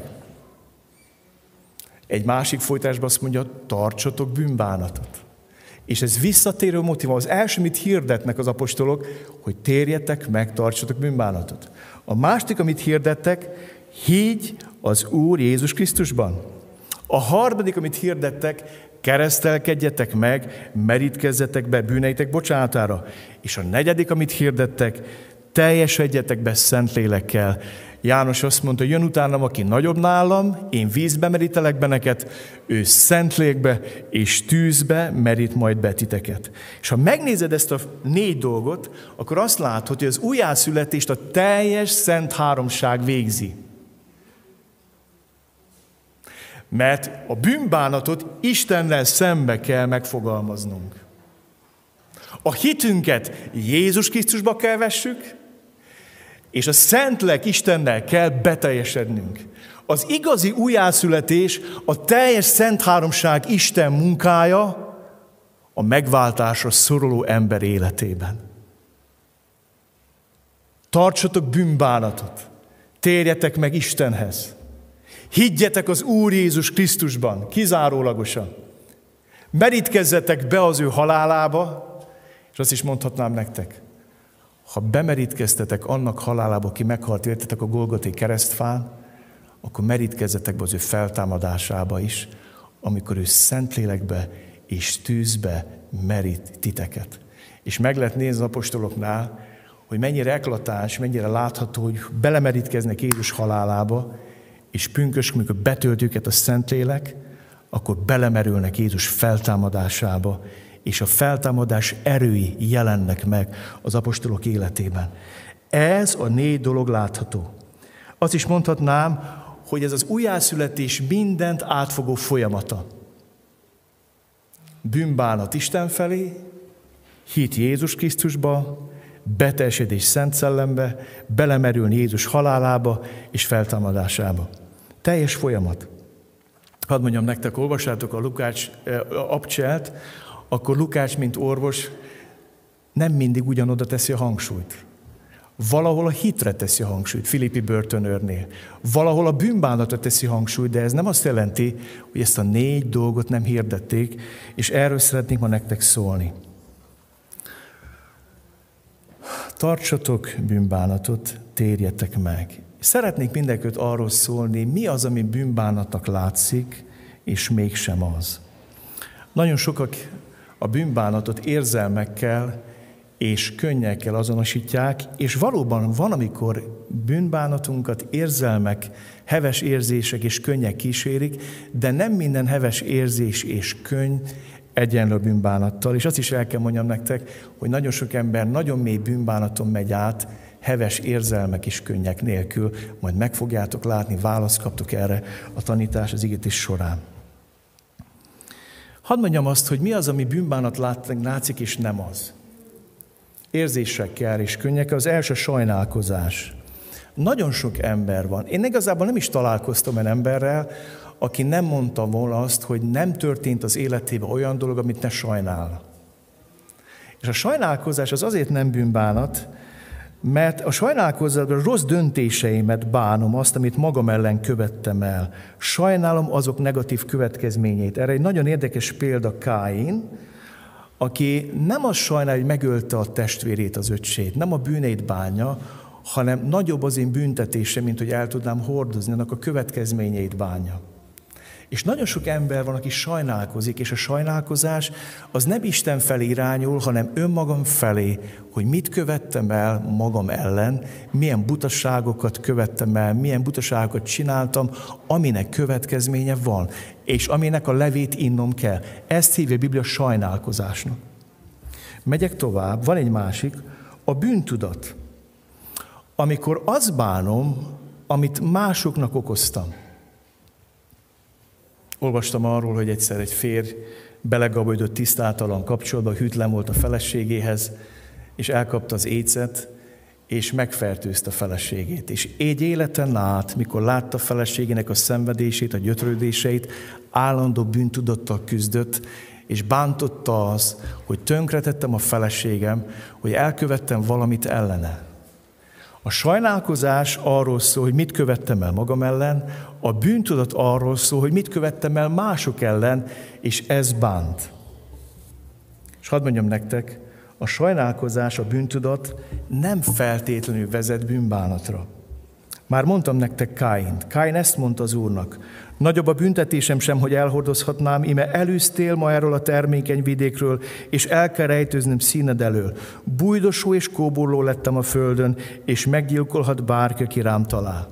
Egy másik folytásban azt mondja, tartsatok bűnbánatot. És ez visszatérő motivum. Az első, mit hirdetnek az apostolok, hogy térjetek meg, tartsatok bűnbánatot. A második, amit hirdettek, higgy az Úr Jézus Krisztusban. A harmadik, amit hirdettek, keresztelkedjetek meg, merítkezzetek be bűneitek bocsánatára. És a negyedik, amit hirdettek, teljesedjetek be Szentlélekkel. János azt mondta, jön utánam, aki nagyobb nálam, én vízbe merítelek benneket, ő Szentlélekbe és tűzbe merít majd be titeket. És ha megnézed ezt a 4 dolgot, akkor azt látod, hogy az újjászületést a teljes Szent Háromság végzi. Mert a bűnbánatot Istennel szembe kell megfogalmaznunk. A hitünket Jézus Krisztusba kell vessük, és a Szentlélek Istennel kell beteljesednünk. Az igazi újjászületés, a teljes Szent Háromság Isten munkája a megváltásra szoruló ember életében. Tartsatok bűnbánatot, térjetek meg Istenhez. Higgyetek az Úr Jézus Krisztusban, kizárólagosan. Merítkezzetek be az ő halálába, és azt is mondhatnám nektek, ha bemerítkeztetek annak halálába, aki meghalt értetek a Golgothai keresztfán, akkor merítkezzetek be az ő feltámadásába is, amikor ő Szentlélekbe és tűzbe merít titeket. És meg lehet nézni az apostoloknál, hogy mennyire eklatáns, mennyire látható, hogy belemerítkeznek Jézus halálába, és pünkösök, amikor betölt őket a Szentlélek, akkor belemerülnek Jézus feltámadásába, és a feltámadás erői jelennek meg az apostolok életében. Ez a 4 dolog látható. Azt is mondhatnám, hogy ez az újjászületés mindent átfogó folyamata. Bűnbánat Isten felé, hit Jézus Krisztusba, beteljesedés Szent Szellembe, belemerülni Jézus halálába és feltámadásába. Teljes folyamat. Hadd mondjam nektek, olvassátok a Lukács Abcselt, akkor Lukács, mint orvos, nem mindig ugyanoda teszi a hangsúlyt. Valahol a hitre teszi a hangsúlyt, Filippi börtönőrnél. Valahol a bűnbánatra teszi hangsúlyt, de ez nem azt jelenti, hogy ezt a 4 dolgot nem hirdették, és erről szeretnék ma nektek szólni. Tartsatok bűnbánatot, térjetek meg. Szeretnék mindenkit arról szólni, mi az, ami bűnbánatnak látszik, és mégsem az. Nagyon sokak a bűnbánatot érzelmekkel és könnyekkel azonosítják, és valóban van, amikor bűnbánatunkat érzelmek, heves érzések és könnyek kísérik, de nem minden heves érzés és könny egyenlő a bűnbánattal. És azt is el kell mondjam nektek, hogy nagyon sok ember nagyon mély bűnbánaton megy át, heves érzelmek és könnyek nélkül, majd meg fogjátok látni, választ kaptok erre a tanítás az igétés során. Hadd mondjam azt, hogy mi az, ami bűnbánat látszik, és nem az. Érzésekkel és könnyekkel. Az első sajnálkozás. Nagyon sok ember van. Én igazából nem is találkoztam olyan emberrel, aki nem mondta volna azt, hogy nem történt az életében olyan dolog, amit ne sajnál. És a sajnálkozás az azért nem bűnbánat, mert a sajnálkozásban rossz döntéseimet bánom, azt, amit magam ellen követtem el. Sajnálom azok negatív következményeit. Erre egy nagyon érdekes példa Káin, aki nem azt sajnálja, hogy megölte a testvérét, az öccsét, nem a bűneit bánja, hanem nagyobb az én büntetése, mint hogy el tudnám hordozni, annak a következményeit bánja. És nagyon sok ember van, aki sajnálkozik, és a sajnálkozás az nem Isten felé irányul, hanem önmagam felé, hogy mit követtem el magam ellen, milyen butaságokat követtem el, milyen butaságokat csináltam, aminek következménye van, és aminek a levét innom kell. Ezt hívja a Biblia sajnálkozásnak. Megyek tovább, van egy másik, a bűntudat. Amikor azt bánom, amit másoknak okoztam. Olvastam arról, hogy egyszer egy férj belegabajodott tisztátalan kapcsolatba, hűtlen volt a feleségéhez, és elkapta az écet, és megfertőzte a feleségét. És egy életen át, mikor látta a feleségének a szenvedését, a gyötrődéseit, állandó bűntudattal küzdött, és bántotta az, hogy tönkretettem a feleségem, hogy elkövettem valamit ellene. A sajnálkozás arról szól, hogy mit követtem el magam ellen, a bűntudat arról szól, hogy mit követtem el mások ellen, és ez bánt. És hadd mondjam nektek, a sajnálkozás, a bűntudat nem feltétlenül vezet bűnbánatra. Már mondtam nektek Káint. Káin ezt mondta az Úrnak. Nagyobb a büntetésem sem, hogy elhordozhatnám, íme elűztél ma erről a termékeny vidékről, és el kell rejtőznöm színed elől. Bújdosó és kóborló lettem a földön, és meggyilkolhat bárki, aki rám talál.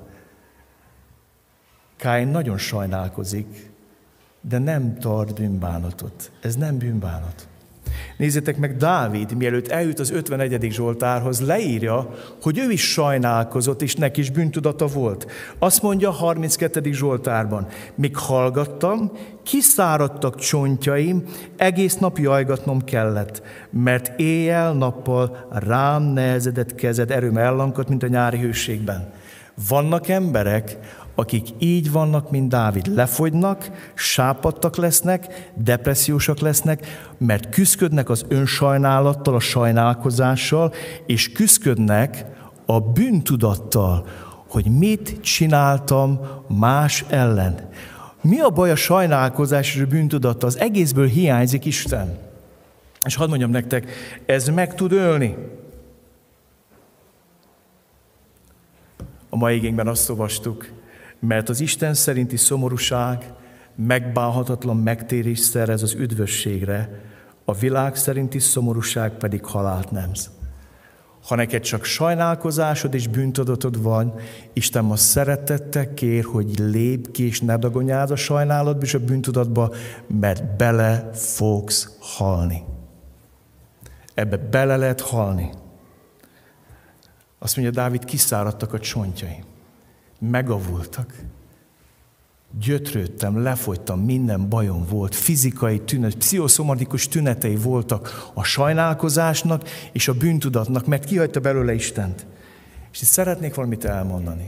Káin nagyon sajnálkozik, de nem tart bűnbánatot. Ez nem bűnbánat. Nézzétek meg, Dávid, mielőtt eljut az 51. Zsoltárhoz, leírja, hogy ő is sajnálkozott, és neki is bűntudata volt. Azt mondja a 32. Zsoltárban, míg hallgattam, kiszáradtak csontjaim, egész nap jajgatnom kellett, mert éjjel-nappal rám nehezedett kezed, erőm ellankadt, mint a nyári hőségben. Vannak emberek, akik így vannak, mint Dávid, lefogynak, sápadtak lesznek, depressziósak lesznek, mert küszködnek az önsajnálattal, a sajnálkozással, és küszködnek a bűntudattal, hogy mit csináltam más ellen. Mi a baj a sajnálkozás és a bűntudattal? Az egészből hiányzik Isten. És hadd mondjam nektek, ez meg tud ölni. A mai igényben azt olvastuk, mert az Isten szerinti szomorúság megbánhatatlan megtérés szerez az üdvösségre, a világ szerinti szomorúság pedig halált nemz. Ha neked csak sajnálkozásod és bűntudatod van, Isten ma szeretettel kér, hogy lépj ki és ne dagonyázz a sajnálatba és a bűntudatba, mert bele fogsz halni. Ebbe bele lehet halni. Azt mondja Dávid, kiszáradtak a csontjaim. Megavultak. Gyötrődtem, lefogytam, minden bajom volt, fizikai tünet, pszichoszomatikus tünetei voltak a sajnálkozásnak és a bűntudatnak, mert kihagyta belőle Istent. És itt szeretnék valamit elmondani.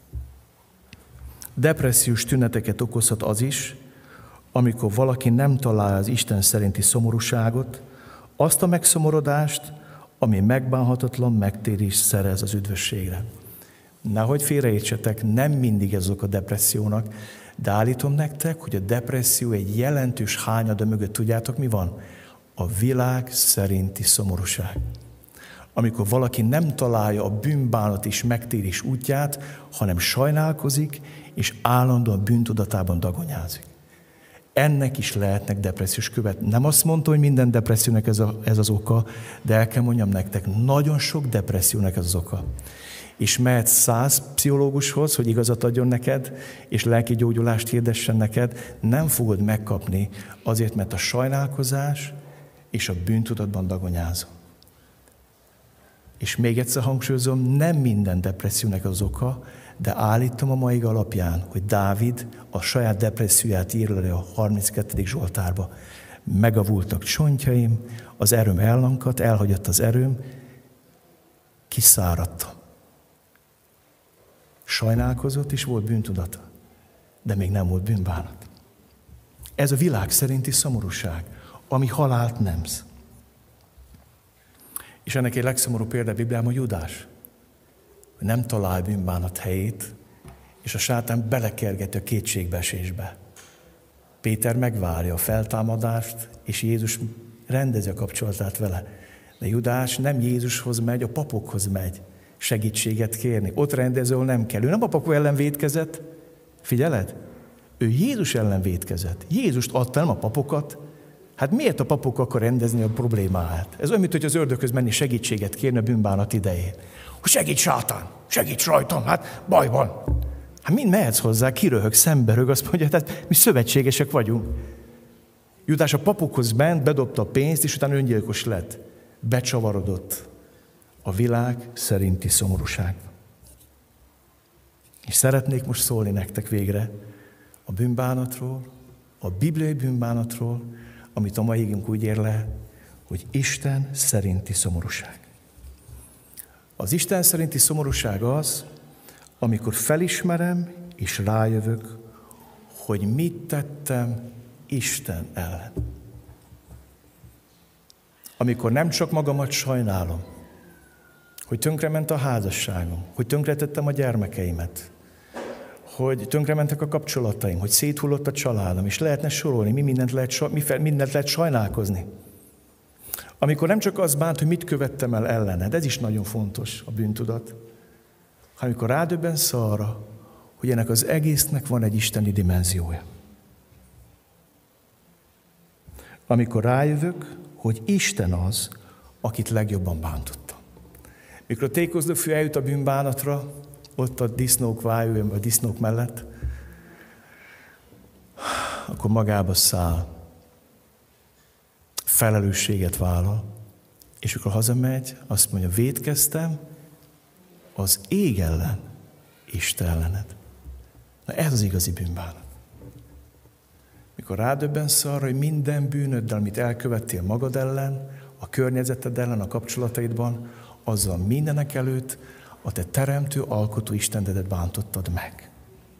Depressziós tüneteket okozhat az is, amikor valaki nem találja az Isten szerinti szomorúságot, azt a megszomorodást, ami megbánhatatlan megtérést szerez az üdvösségre. Nehogy félreértsetek, nem mindig ez a depressziónak, de állítom nektek, hogy a depresszió egy jelentős hányada mögött tudjátok mi van? A világ szerinti szomorúság. Amikor valaki nem találja a bűnbánat és megtérés útját, hanem sajnálkozik, és állandóan bűntudatában dagonyázik. Ennek is lehetnek depressziós követ. Nem azt mondta, hogy minden depressziónak ez az oka, de el kell mondjam nektek, nagyon sok depressziónak ez az oka. És mehetsz 100 pszichológushoz, hogy igazat adjon neked, és lelki gyógyulást hirdessen neked, nem fogod megkapni azért, mert a sajnálkozás és a bűntudatban dagonyázol. És még egyszer hangsúlyozom, nem minden depressziónak az oka, de állítom a mai alapján, hogy Dávid a saját depresszióját írja le a 32. Zsoltárba. Megavultak csontjaim, az erőm ellankadt, elhagyott az erőm, kiszáradtam. Sajnálkozott, és volt bűntudata, de még nem volt bűnbánat. Ez a világ szerinti szomorúság, ami halált nemz. És ennek egy legszomorúbb példa a Bibliában a Judás, hogy nem talál bűnbánat helyét, és a sátán belekergeti a kétségbeesésbe. Péter megvárja a feltámadást, és Jézus rendezi a kapcsolatát vele. De Judás nem Jézushoz megy, a papokhoz megy segítséget kérni. Ott rendező, nem kell. Ő nem a papok ellen vétkezett, figyeled? Ő Jézus ellen vétkezett. Jézust adta, nem a papokat. Hát miért a papok akar rendezni a problémáját? Ez olyan, mint hogy az ördöghöz menni segítséget kérni a bűnbánat idején. Hogy segíts sátán, segíts rajtam, hát baj van. Hát mind mehetsz hozzá, kiröhög, szemberög, azt mondja, tehát mi szövetségesek vagyunk. Judás a papokhoz ment, bedobta a pénzt, és utána öngyilkos lett. Becsavarodott a világ szerinti szomorúság. És szeretnék most szólni nektek végre a bűnbánatról, a bibliai bűnbánatról, amit a mai igénk úgy ér le, hogy Isten szerinti szomorúság. Az Isten szerinti szomorúság az, amikor felismerem és rájövök, hogy mit tettem Isten ellen. Amikor nem csak magamat sajnálom, hogy tönkrement a házasságom, hogy tönkretettem a gyermekeimet, hogy tönkrementek a kapcsolataim, hogy széthullott a családom, és lehetne sorolni, mindent lehet sajnálkozni. Amikor nem csak az bánt, hogy mit követtem el ellened, ez is nagyon fontos, a bűntudat, hanem amikor rádöbbensz arra, hogy ennek az egésznek van egy isteni dimenziója. Amikor rájövök, hogy Isten az, akit legjobban bántottam. Mikor a tékozlófű eljut a bűnbánatra, ott a disznók vájújában, a disznók mellett, akkor magába száll, felelősséget vállal, és amikor hazamegy, azt mondja, vétkeztem az ég ellen, Isten ellened. Na ez az igazi bűnbánat. Mikor rádöbbensz arra, hogy minden bűnöddel, amit elkövettél magad ellen, a környezeted ellen, a kapcsolataidban, azzal mindenek előtt a te teremtő, alkotó Istenedet bántottad meg.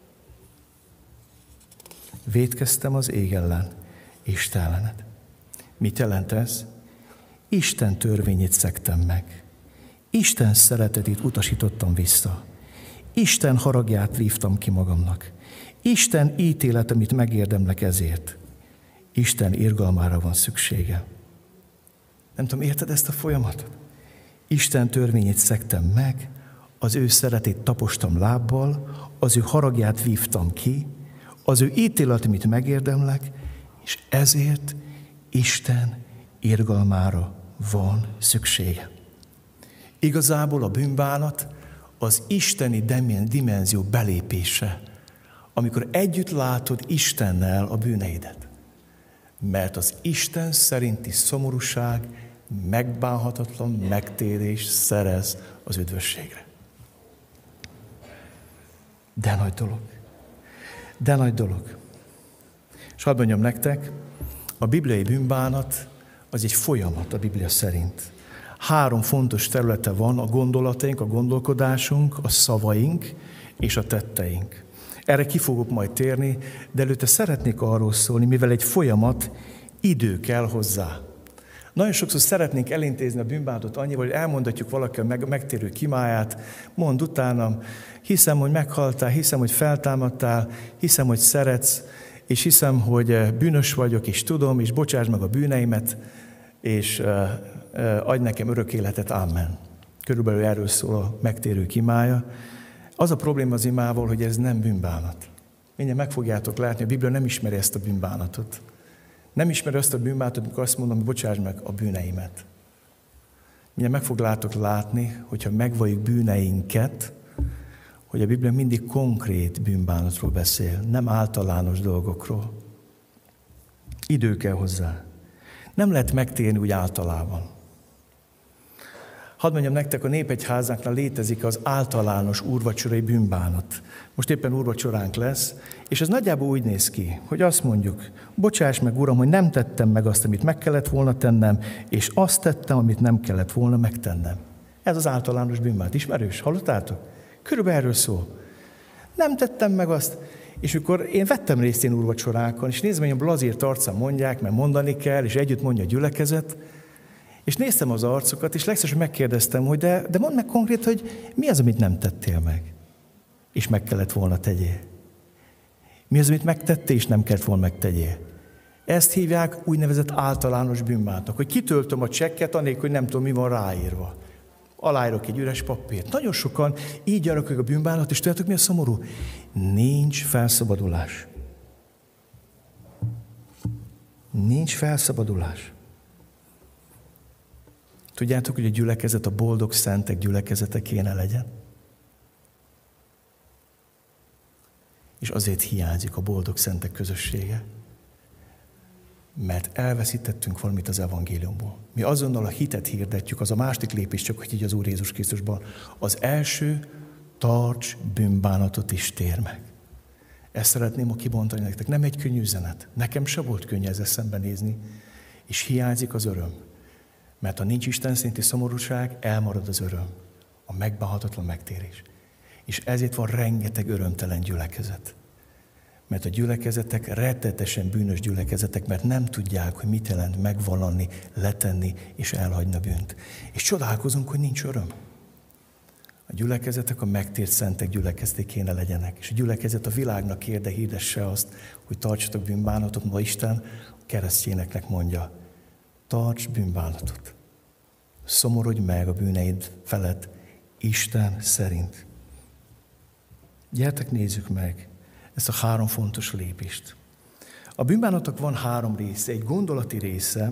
Vétkeztem az ég ellen, Isten ellened. Mit jelent ez? Isten törvényét szegtem meg. Isten szeretetét utasítottam vissza. Isten haragját vívtam ki magamnak. Isten ítélet, amit megérdemlek ezért. Isten irgalmára van szüksége. Nem tudom, érted ezt a folyamatot? Isten törvényét szegtem meg, az ő szeretét tapostam lábbal, az ő haragját vívtam ki, az ő ítélet, amit megérdemlek, és ezért Isten irgalmára van szüksége. Igazából a bűnbánat az isteni dimenzió belépése, amikor együtt látod Istennel a bűneidet. Mert az Isten szerinti szomorúság megbánhatatlan megtérés szerez az üdvösségre. De nagy dolog. De nagy dolog. És hadd mondjam nektek, a bibliai bűnbánat az egy folyamat a Biblia szerint. 3 fontos területe van: a gondolataink, a gondolkodásunk, a szavaink és a tetteink. Erre ki fogok majd térni, de előtte szeretnék arról szólni, mivel egy folyamat, idő kell hozzá. Nagyon sokszor szeretnénk elintézni a bűnbánatot annyival, hogy elmondatjuk valaki a megtérő kimáját, mondd utánam, hiszem, hogy meghaltál, hiszem, hogy feltámadtál, hiszem, hogy szeretsz, és hiszem, hogy bűnös vagyok, és tudom, és bocsáss meg a bűneimet, és adj nekem örök életet, amen. Körülbelül erről szól a megtérő kimája. Az a probléma az imával, hogy ez nem bűnbánat. Mindjárt meg fogjátok látni, a Biblia nem ismeri ezt a bűnbánatot. Nem ismeri azt a bűnbánatot, amikor azt mondom, hogy bocsáss meg a bűneimet. Mindjárt meg fogjátok látni, hogyha megvalljuk bűneinket, hogy a Biblia mindig konkrét bűnbánatról beszél, nem általános dolgokról. Idő kell hozzá. Nem lehet megtérni úgy általában. Hadd mondjam nektek, a Népegyházánknál létezik az általános úrvacsorai bűnbánat. Most éppen úrvacsoránk lesz, és ez nagyjából úgy néz ki, hogy azt mondjuk, bocsáss meg, Uram, hogy nem tettem meg azt, amit meg kellett volna tennem, és azt tettem, amit nem kellett volna megtennem. Ez az általános bűnbánat. Ismerős? Hallottátok? Körülbelül erről szól. Nem tettem meg azt, és akkor én vettem részt én úrvacsorákon, és nézem, hogy a blazírt arcán mondják, mert mondani kell, és együtt mondja a gyülekezet, és néztem az arcokat, és legszívesebben megkérdeztem, hogy de mondd meg konkrét, hogy mi az, amit nem tettél meg, és meg kellett volna tegyél. Mi az, amit megtettél, és nem kellett volna megtegyél. Ezt hívják úgynevezett általános bűnbánatnak, hogy kitöltöm a csekket, anélkül, hogy nem tudom, mi van ráírva. Aláírok egy üres papírt. Nagyon sokan így gyakorolják a bűnbánat, és tudjátok, mi a szomorú? Nincs felszabadulás. Nincs felszabadulás. Tudjátok, hogy a gyülekezet a boldog szentek gyülekezete kéne legyen? És azért hiányzik a boldog szentek közössége. Mert elveszítettünk valamit az evangéliumból. Mi azonnal a hitet hirdetjük, az a második lépés, csak hogy így az Úr Jézus Krisztusban. Az első, tarts bűnbánatot is tér meg. Ezt szeretném kibontani nektek. Nem egy könnyű üzenet. Nekem se volt könnyű ezzel szembenézni. És hiányzik az öröm. Mert ha nincs Isten szerinti szomorúság, elmarad az öröm. A megbánhatatlan megtérés. És ezért van rengeteg örömtelen gyülekezet. Mert a gyülekezetek rettetesen bűnös gyülekezetek, mert nem tudják, hogy mit jelent megvallani, letenni és elhagyni a bűnt. És csodálkozunk, hogy nincs öröm. A gyülekezetek a megtért szentek gyülekezeté kéne legyenek. És a gyülekezet a világnak kér, de hirdesse azt, hogy tartsatok bűnbánatot, ma Isten a keresztényeknek mondja. Tarts bűnbánatot. Szomorodj meg a bűneid felett Isten szerint. Gyertek, nézzük meg ezt a 3 fontos lépést. A bűnbánatnak van 3 része. Egy gondolati része,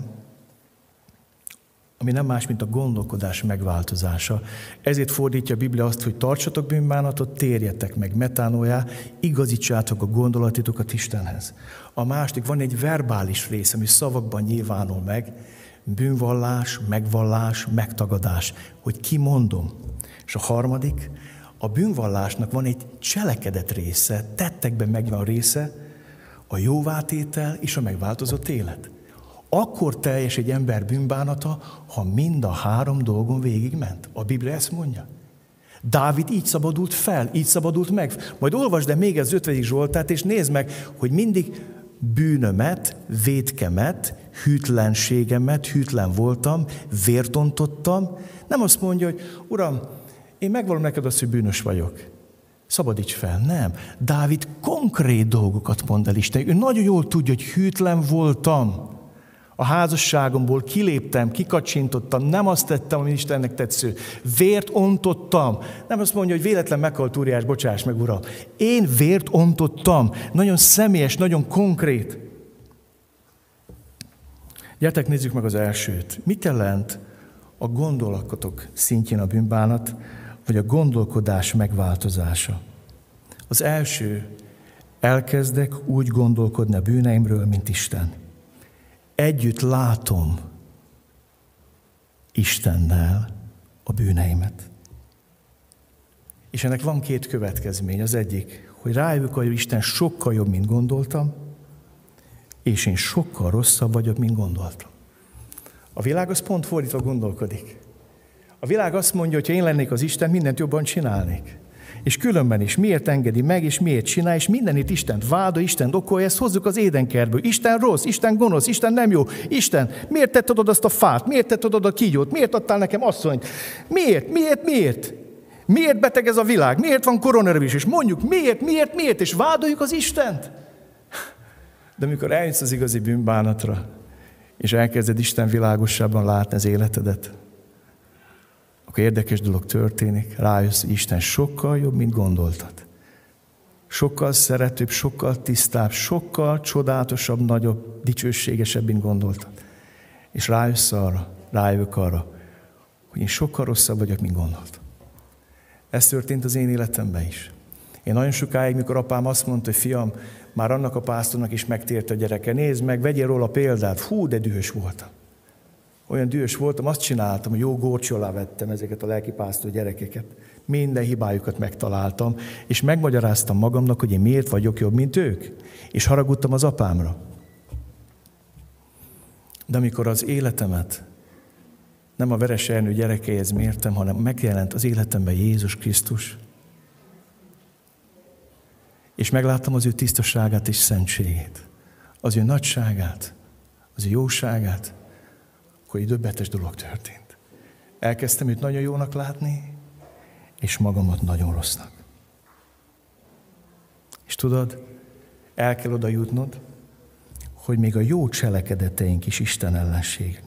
ami nem más, mint a gondolkodás megváltozása. Ezért fordítja a Biblia azt, hogy tartsatok bűnbánatot, térjetek meg, metánójá, igazítsátok a gondolatitokat Istenhez. A második, van egy verbális rész, ami szavakban nyilvánul meg, bűnvallás, megvallás, megtagadás, hogy kimondom. És a harmadik, a bűnvallásnak van egy cselekedet része, tettekben megvan része, a jóvátétel és a megváltozott élet. Akkor teljes egy ember bűnbánata, ha mind a 3 dolgon végigment. A Biblia ezt mondja. Dávid így szabadult fel, így szabadult meg. Majd olvasd el még az 5. Zsoltárt, és nézd meg, hogy mindig bűnömet, vétkemet, hűtlenségemet, hűtlen voltam, vért ontottam. Nem azt mondja, hogy Uram, én megvallom neked azt, hogy bűnös vagyok. Szabadíts fel. Nem. Dávid konkrét dolgokat mond el Isten. Ő nagyon jól tudja, hogy hűtlen voltam. A házasságomból kiléptem, kikacsintottam, nem azt tettem, ami Istennek tetsző. Vért ontottam. Nem azt mondja, hogy véletlen meghalt Úriás, bocsáss meg, Uram. Én vért ontottam. Nagyon személyes, nagyon konkrét. Gyertek, nézzük meg az elsőt. Mit jelent a gondolatok szintjén a bűnbánat, vagy a gondolkodás megváltozása. Az első, elkezdek úgy gondolkodni a bűneimről, mint Isten. Együtt látom Istennel a bűneimet. És ennek van 2 következmény. Az egyik, hogy rájövök, hogy Isten sokkal jobb, mint gondoltam, és én sokkal rosszabb vagyok, mint gondoltam. A világ az pont fordítva gondolkodik. A világ azt mondja, hogy ha én lennék az Isten, mindent jobban csinálnék. És különben is miért engedi meg, és miért csinál, és mindenit Istent vádol, Istent okolja, ezt hozzuk az Édenkertből. Isten rossz, Isten gonosz, Isten nem jó. Isten, miért tetted oda azt a fát? Miért tetted oda a kígyót? Miért adtál nekem asszonyt? Miért? Miért beteg ez a világ? Miért van koronavírus? És mondjuk miért? És vádoljuk az Istent. De amikor eljutsz az igazi bűnbánatra, és elkezded Isten világosabban látni az életedet, akkor érdekes dolog történik, rájössz, hogy Isten sokkal jobb, mint gondoltad. Sokkal szeretőbb, sokkal tisztább, sokkal csodálatosabb, nagyobb, dicsőségesebb, mint gondoltad. És rájövök arra, hogy én sokkal rosszabb vagyok, mint gondoltam. Ez történt az én életemben is. Én nagyon sokáig, mikor apám azt mondta, hogy fiam, már annak a pásztornak is megtért a gyereke, nézd meg, vegyél róla példát. Hú, de dühös voltam. Olyan dühös voltam, azt csináltam, hogy jó górcső alá vettem ezeket a lelkipásztor gyerekeket. Minden hibájukat megtaláltam, és megmagyaráztam magamnak, hogy én miért vagyok jobb, mint ők. És haragudtam az apámra. De amikor az életemet nem a Veres Ernő gyerekeihez mértem, hanem megjelent az életemben Jézus Krisztus, és megláttam az ő tisztaságát és szentségét, az ő nagyságát, az ő jóságát, akkor egy döbbenetes dolog történt. Elkezdtem őt nagyon jónak látni, és magamat nagyon rossznak. És tudod, el kell oda jutnod, hogy még a jó cselekedeteink is Isten ellenségek.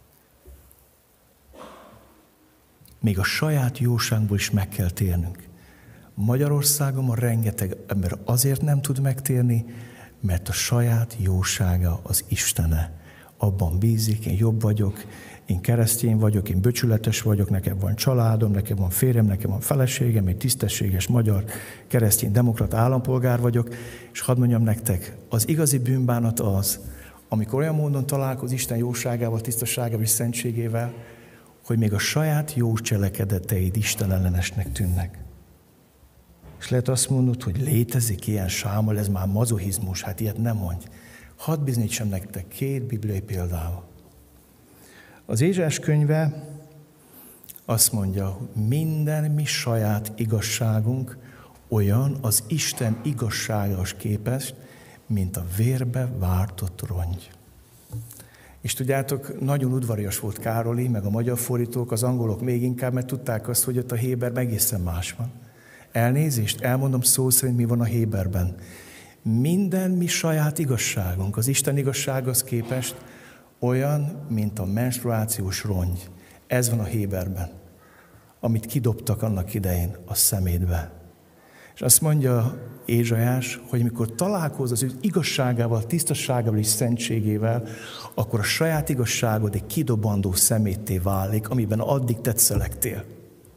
Még a saját jóságunkból is meg kell térnünk. Magyarországon a rengeteg ember azért nem tud megtérni, mert a saját jósága az Istene. Abban bízik, én jobb vagyok, én keresztény vagyok, én becsületes vagyok, nekem van családom, nekem van férjem, nekem van feleségem, én tisztességes magyar, keresztény, demokrata állampolgár vagyok, és hadd mondjam nektek, az igazi bűnbánat az, amikor olyan módon találkoz Isten jóságával, tisztaságával és szentségével, hogy még a saját jó cselekedeteid Isten ellenesnek tűnnek. És lehet azt mondod, hogy létezik ilyen, Sámuel, ez már mazochizmus, hát ilyet nem mondj. Hadd bizonyítsam nektek 2 bibliai példával. Az Ézsaiás könyve azt mondja, hogy minden mi saját igazságunk olyan az Isten igazságos képest, mint a vérbe vártott rongy. És tudjátok, nagyon udvarias volt Károli, meg a magyar fordítók, az angolok még inkább, mert tudták azt, hogy ott a héberben egészen más van. Elnézést, elmondom szó szerint, mi van a héberben. Minden mi saját igazságunk, az Isten igazsághoz képest olyan, mint a menstruációs rongy. Ez van a héberben, amit kidobtak annak idején a szemétbe. És azt mondja Ézsaiás, hogy mikor találkoz az ő igazságával, tisztaságával és szentségével, akkor a saját igazságod egy kidobandó szemétté válik, amiben addig tetszelegtél.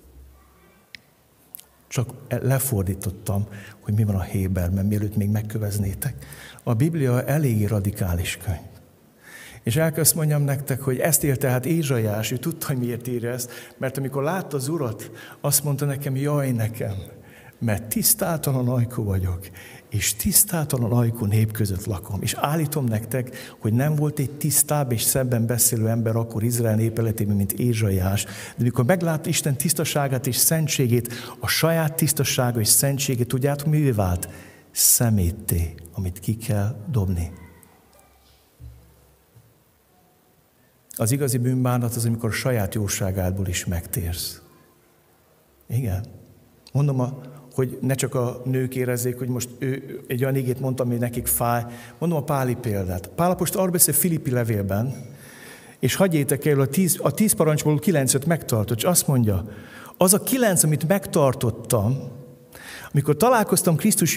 Csak lefordítottam, hogy mi van a héberben, mielőtt még megköveznétek. A Biblia eléggé radikális könyv. És el kell azt mondjam nektek, hogy ezt érte hát Ézsaiás, ő tudta, hogy miért írja ezt, mert amikor látta az Urat, azt mondta nekem, jaj nekem, mert tisztátalan ajkú vagyok, és tisztátalan ajkú nép között lakom. És állítom nektek, hogy nem volt egy tisztább és szebben beszélő ember akkor Izrael nép életében, mint Ézsaiás. De mikor meglátta Isten tisztaságát és szentségét, a saját tisztasága és szentségét, tudjátok, mivé vált? Szemétté, amit ki kell dobni. Az igazi bűnbánat az, amikor a saját jóságádból is megtérsz. Igen. Mondom, hogy ne csak a nők érezzék, hogy most ő egy olyan igét mondta, ami nekik fáj. Mondom a Páli példát. Pál apostol arról beszél Filippi levélben, és hagyjétek el, a 10 parancsból 9-öt megtartott, és azt mondja, az a 9, amit megtartottam, amikor találkoztam Krisztus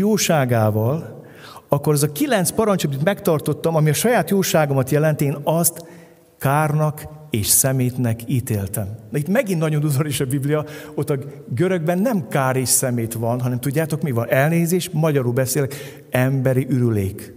jóságával, akkor az a 9 parancs, amit megtartottam, ami a saját jóságomat jelenti, én azt kárnak és szemétnek ítéltem. Na itt megint nagyon udvaros a Biblia, ott a görögben nem kár és szemét van, hanem tudjátok mi van? Elnézés, magyarul beszélek, emberi ürülék.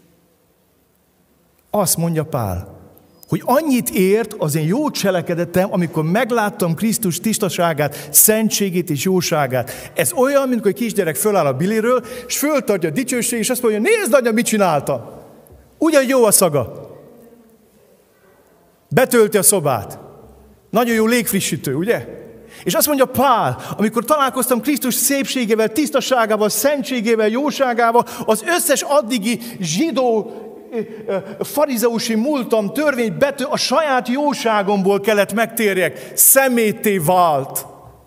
Azt mondja Pál, hogy annyit ért az én jó cselekedetem, amikor megláttam Krisztus tisztaságát, szentségét és jóságát. Ez olyan, mint hogy egy kisgyerek föláll a biliről, és föltartja a dicsőség, és azt mondja, nézd, anya, mit csináltam. Ugyan jó a szaga. Betölti a szobát. Nagyon jó légfrissítő, ugye? És azt mondja Pál, amikor találkoztam Krisztus szépségével, tisztaságával, szentségével, jóságával, az összes addigi zsidó, farizeusi múltam, törvény a saját jóságomból kellett megtérjek. Szemétté vált.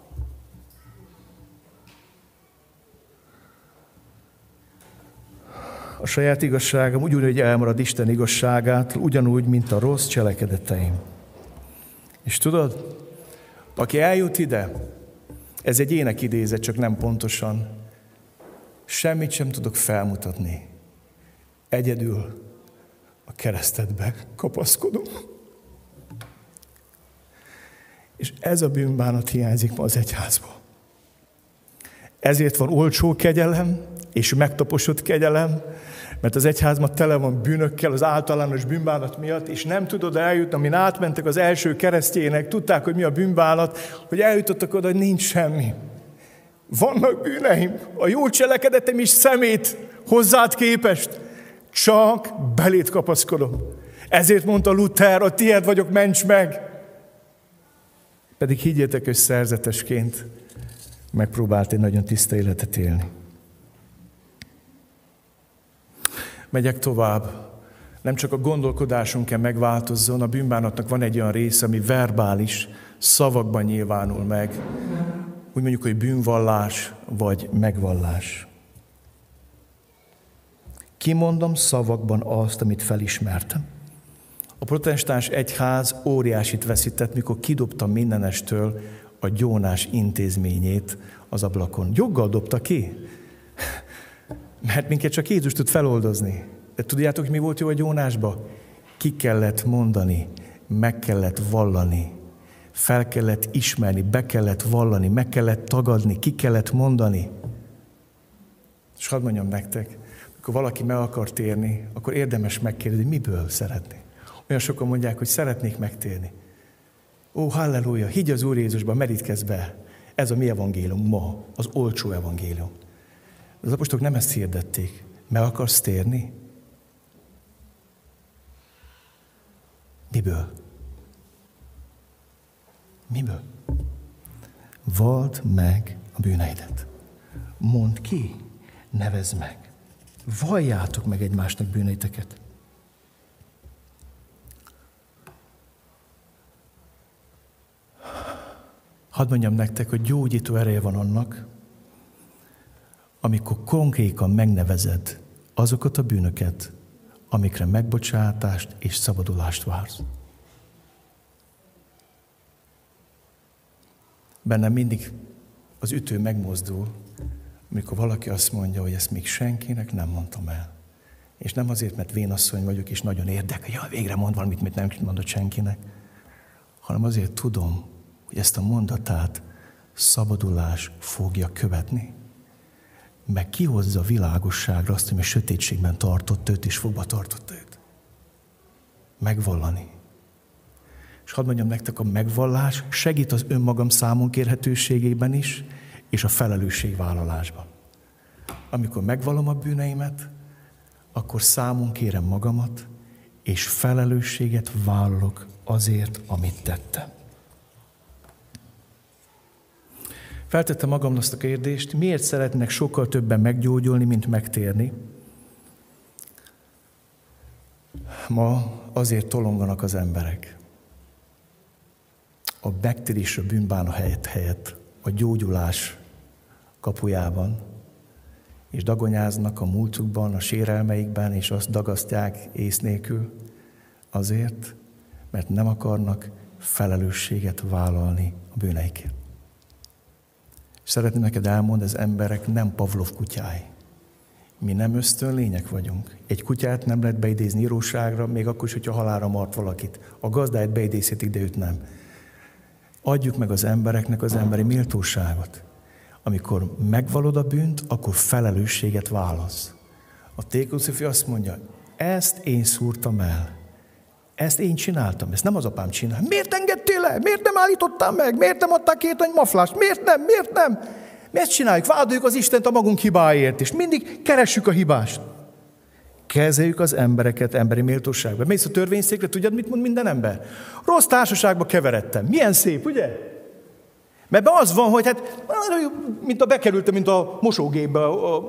A saját igazságom ugyanúgy elmarad Isten igazságát, ugyanúgy, mint a rossz cselekedeteim. És tudod, aki eljut ide, ez egy énekidézet, csak nem pontosan. Semmit sem tudok felmutatni. Egyedül a keresztedbe kapaszkodom. És ez a bűnbánat hiányzik ma az egyházba. Ezért van olcsó kegyelem, és megtaposott kegyelem, mert az egyházban tele van bűnökkel, az általános bűnbánat miatt, és nem tudod eljutni, amin átmentek az első keresztjének, tudták, hogy mi a bűnbánat, hogy eljutottak oda, hogy nincs semmi. Vannak bűneim, a jó cselekedetem is szemét hozzád képest, csak belét kapaszkodom. Ezért mondta Luther, a tiéd vagyok, ments meg! Pedig higgyétek, hogy szerzetesként megpróbált egy nagyon tiszta életet élni. Megyek tovább. Nem csak a gondolkodásunk kell megváltozzon, a bűnbánatnak van egy olyan része, ami verbális, szavakban nyilvánul meg. Úgy mondjuk, hogy bűnvallás vagy megvallás. Kimondom szavakban azt, amit felismertem. A protestáns egyház óriásit veszített, mikor kidobta mindenestől a gyónás intézményét az ablakon. Joggal dobta ki. Mert minket csak Jézus tud feloldozni. De tudjátok, hogy mi volt jó a gyónásba? Ki kellett mondani, meg kellett vallani, fel kellett ismerni, be kellett vallani, meg kellett tagadni, ki kellett mondani. És hadd mondjam nektek, amikor valaki meg akar térni, akkor érdemes megkérdezni, miből szeretné. Olyan sokan mondják, hogy szeretnék megtérni. Ó, halleluja, higgy az Úr Jézusban, merítkezz be. Ez a mi evangélium ma, az olcsó evangélium. Az apostolok nem ezt hirdették. Meg akarsz térni? Miből? Miből? Vald meg a bűneidet. Mondd ki, nevezd meg. Valljátok meg egymásnak bűneiteket. Hadd mondjam nektek, hogy gyógyító ereje van annak, amikor konkrétan megnevezed azokat a bűnöket, amikre megbocsátást és szabadulást vársz. Bennem mindig az ütő megmozdul, amikor valaki azt mondja, hogy ezt még senkinek nem mondtam el. És nem azért, mert vénasszony vagyok, és nagyon érdekel, hogy végre mond valamit, mit nem mondott senkinek, hanem azért tudom, hogy ezt a mondatát szabadulás fogja követni. Meg kihozza a világosságra azt, ami a sötétségben tartott őt, és fogva tartott őt. Megvallani. És hadd mondjam nektek, a megvallás segít az önmagam számon kérhetőségében is, és a felelősségvállalásban. Amikor megvallom a bűneimet, akkor számon kérem magamat, és felelősséget vállalok azért, amit tettem. Feltettem magamnak azt a kérdést, miért szeretnek sokkal többen meggyógyulni, mint megtérni? Ma azért tolonganak az emberek. A megtérés, a bűnbána helyett a gyógyulás kapujában, és dagonyáznak a múltukban, a sérelmeikben, és azt dagasztják ész nélkül, azért, mert nem akarnak felelősséget vállalni a bűneikért. Szeretném neked elmondani, az emberek nem Pavlov kutyái. Mi nem ösztönlények vagyunk. Egy kutyát nem lehet beidézni íróságra, még akkor is, hogyha halálra mart valakit. A gazdáját beidézhetik, de őt nem. Adjuk meg az embereknek az emberi méltóságot. Amikor megvalod a bűnt, akkor felelősséget válasz. A Tékuszifű azt mondja, ezt én szúrtam el. Ezt én csináltam, ezt nem az apám csinál. Miért engedtél le? Miért nem állítottál meg? Miért nem adtál 2 nagy maflást? Miért nem? Miért nem? Mi ezt csináljuk? Vádoljuk az Istent a magunk hibáért, és mindig keressük a hibást. Kezeljük az embereket emberi méltóságban. Mész a törvényszékre, tudjad, mit mond minden ember? Rossz társaságba keveredtem. Milyen szép, ugye? Mert az van, hogy hát, mint a bekerültem, mint a mosógépbe,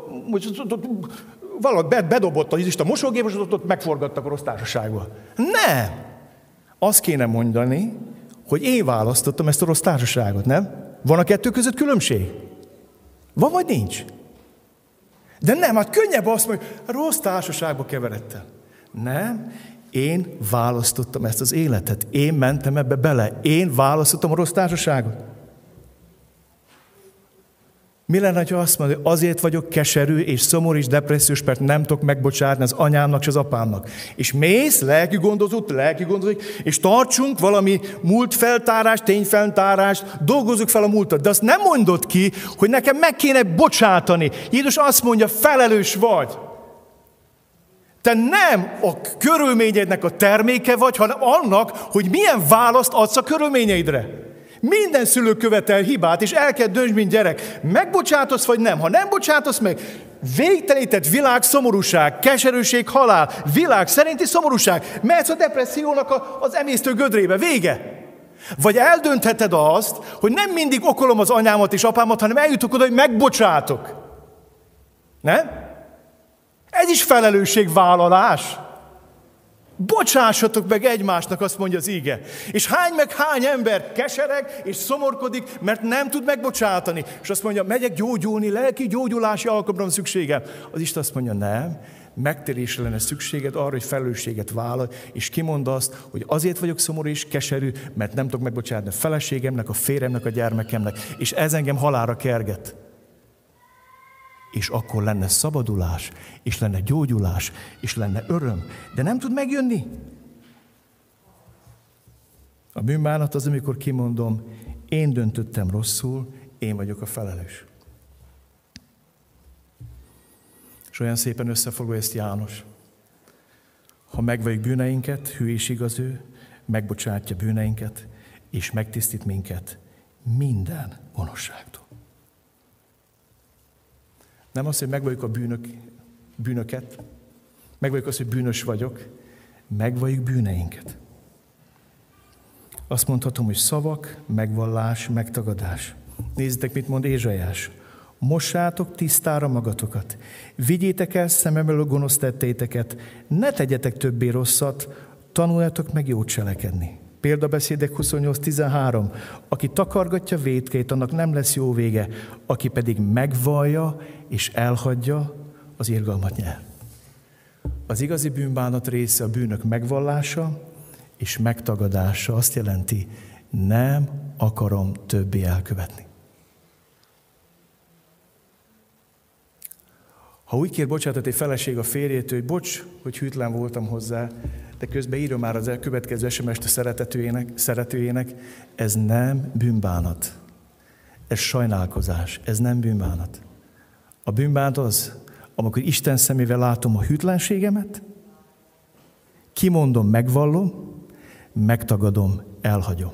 valaki bedobott az Isten a mosógépbe, és ott megforgattak a rossz társaságba. Nem! Azt kéne mondani, hogy én választottam ezt a rossz társaságot, nem? Van a kettő között különbség? Van vagy nincs? De nem, hát könnyebb azt mondani, hogy rossz társaságba keveredtem. Nem, én választottam ezt az életet. Én mentem ebbe bele. Én választottam a rossz társaságot. Mi lenne, ha azt mondja, hogy azért vagyok keserű és szomorú és depressziós, mert nem tudok megbocsátni az anyámnak és az apámnak. És mész, lelki gondozott, és tartsunk valami múltfeltárást, tényfeltárást, dolgozzuk fel a múltat. De azt nem mondod ki, hogy nekem meg kéne bocsátani. Jézus azt mondja, felelős vagy. Te nem a körülményednek a terméke vagy, hanem annak, hogy milyen választ adsz a körülményeidre. Minden szülő követel hibát, és el kell dönts, mint gyerek. Megbocsátasz, vagy nem? Ha nem bocsátasz meg, végtelenített világ, szomorúság, keserűség, halál, világ szerinti szomorúság. Mehetsz a depressziónak az emésztő gödrébe. Vége. Vagy eldöntheted azt, hogy nem mindig okolom az anyámat és apámat, hanem eljutok oda, hogy megbocsátok. Nem? Ez is felelősségvállalás. Bocsássatok meg egymásnak, azt mondja az ige. És hány ember kesereg és szomorkodik, mert nem tud megbocsátani. És azt mondja, megyek gyógyulni, lelki gyógyulási alkalomra van szükségem. Az Isten azt mondja, nem, megtérésre lenne szükséged arra, hogy felelősséget vállalj, és kimond azt, hogy azért vagyok szomorú és keserű, mert nem tudok megbocsátani a feleségemnek, a férjemnek, a gyermekemnek, és ez engem halálra kerget. És akkor lenne szabadulás, és lenne gyógyulás, és lenne öröm. De nem tud megjönni. A bűnbánat az, amikor kimondom, én döntöttem rosszul, én vagyok a felelős. És olyan szépen összefoglalja ezt János. Ha megvalljuk bűneinket, hű és igaz ő, megbocsátja bűneinket, és megtisztít minket minden gonoszságtól. Nem az, hogy megvalljuk a bűnöket, megvalljuk azt, hogy bűnös vagyok, megvalljuk bűneinket. Azt mondhatom, hogy szavak, megvallás, megtagadás. Nézzétek, mit mond Ézsaiás. Mossátok tisztára magatokat, vigyétek el szemem elől gonosz tetteiteket, ne tegyetek többé rosszat, tanuljatok meg jót cselekedni. Példabeszédek 28.13. Aki takargatja vétkét, annak nem lesz jó vége, aki pedig megvallja és elhagyja, az irgalmat nyer. Az igazi bűnbánat része a bűnök megvallása és megtagadása. Azt jelenti, nem akarom többé elkövetni. Ha úgy kér bocsánatot egy feleség a férjétől, hogy bocs, hogy hűtlen voltam hozzá, de közben írja már az következő SMS-t a szeretőjének, ez nem bűnbánat. Ez sajnálkozás, ez nem bűnbánat. A bűnbánat az, amikor Isten szemével látom a hűtlenségemet, kimondom, megvallom, megtagadom, elhagyom.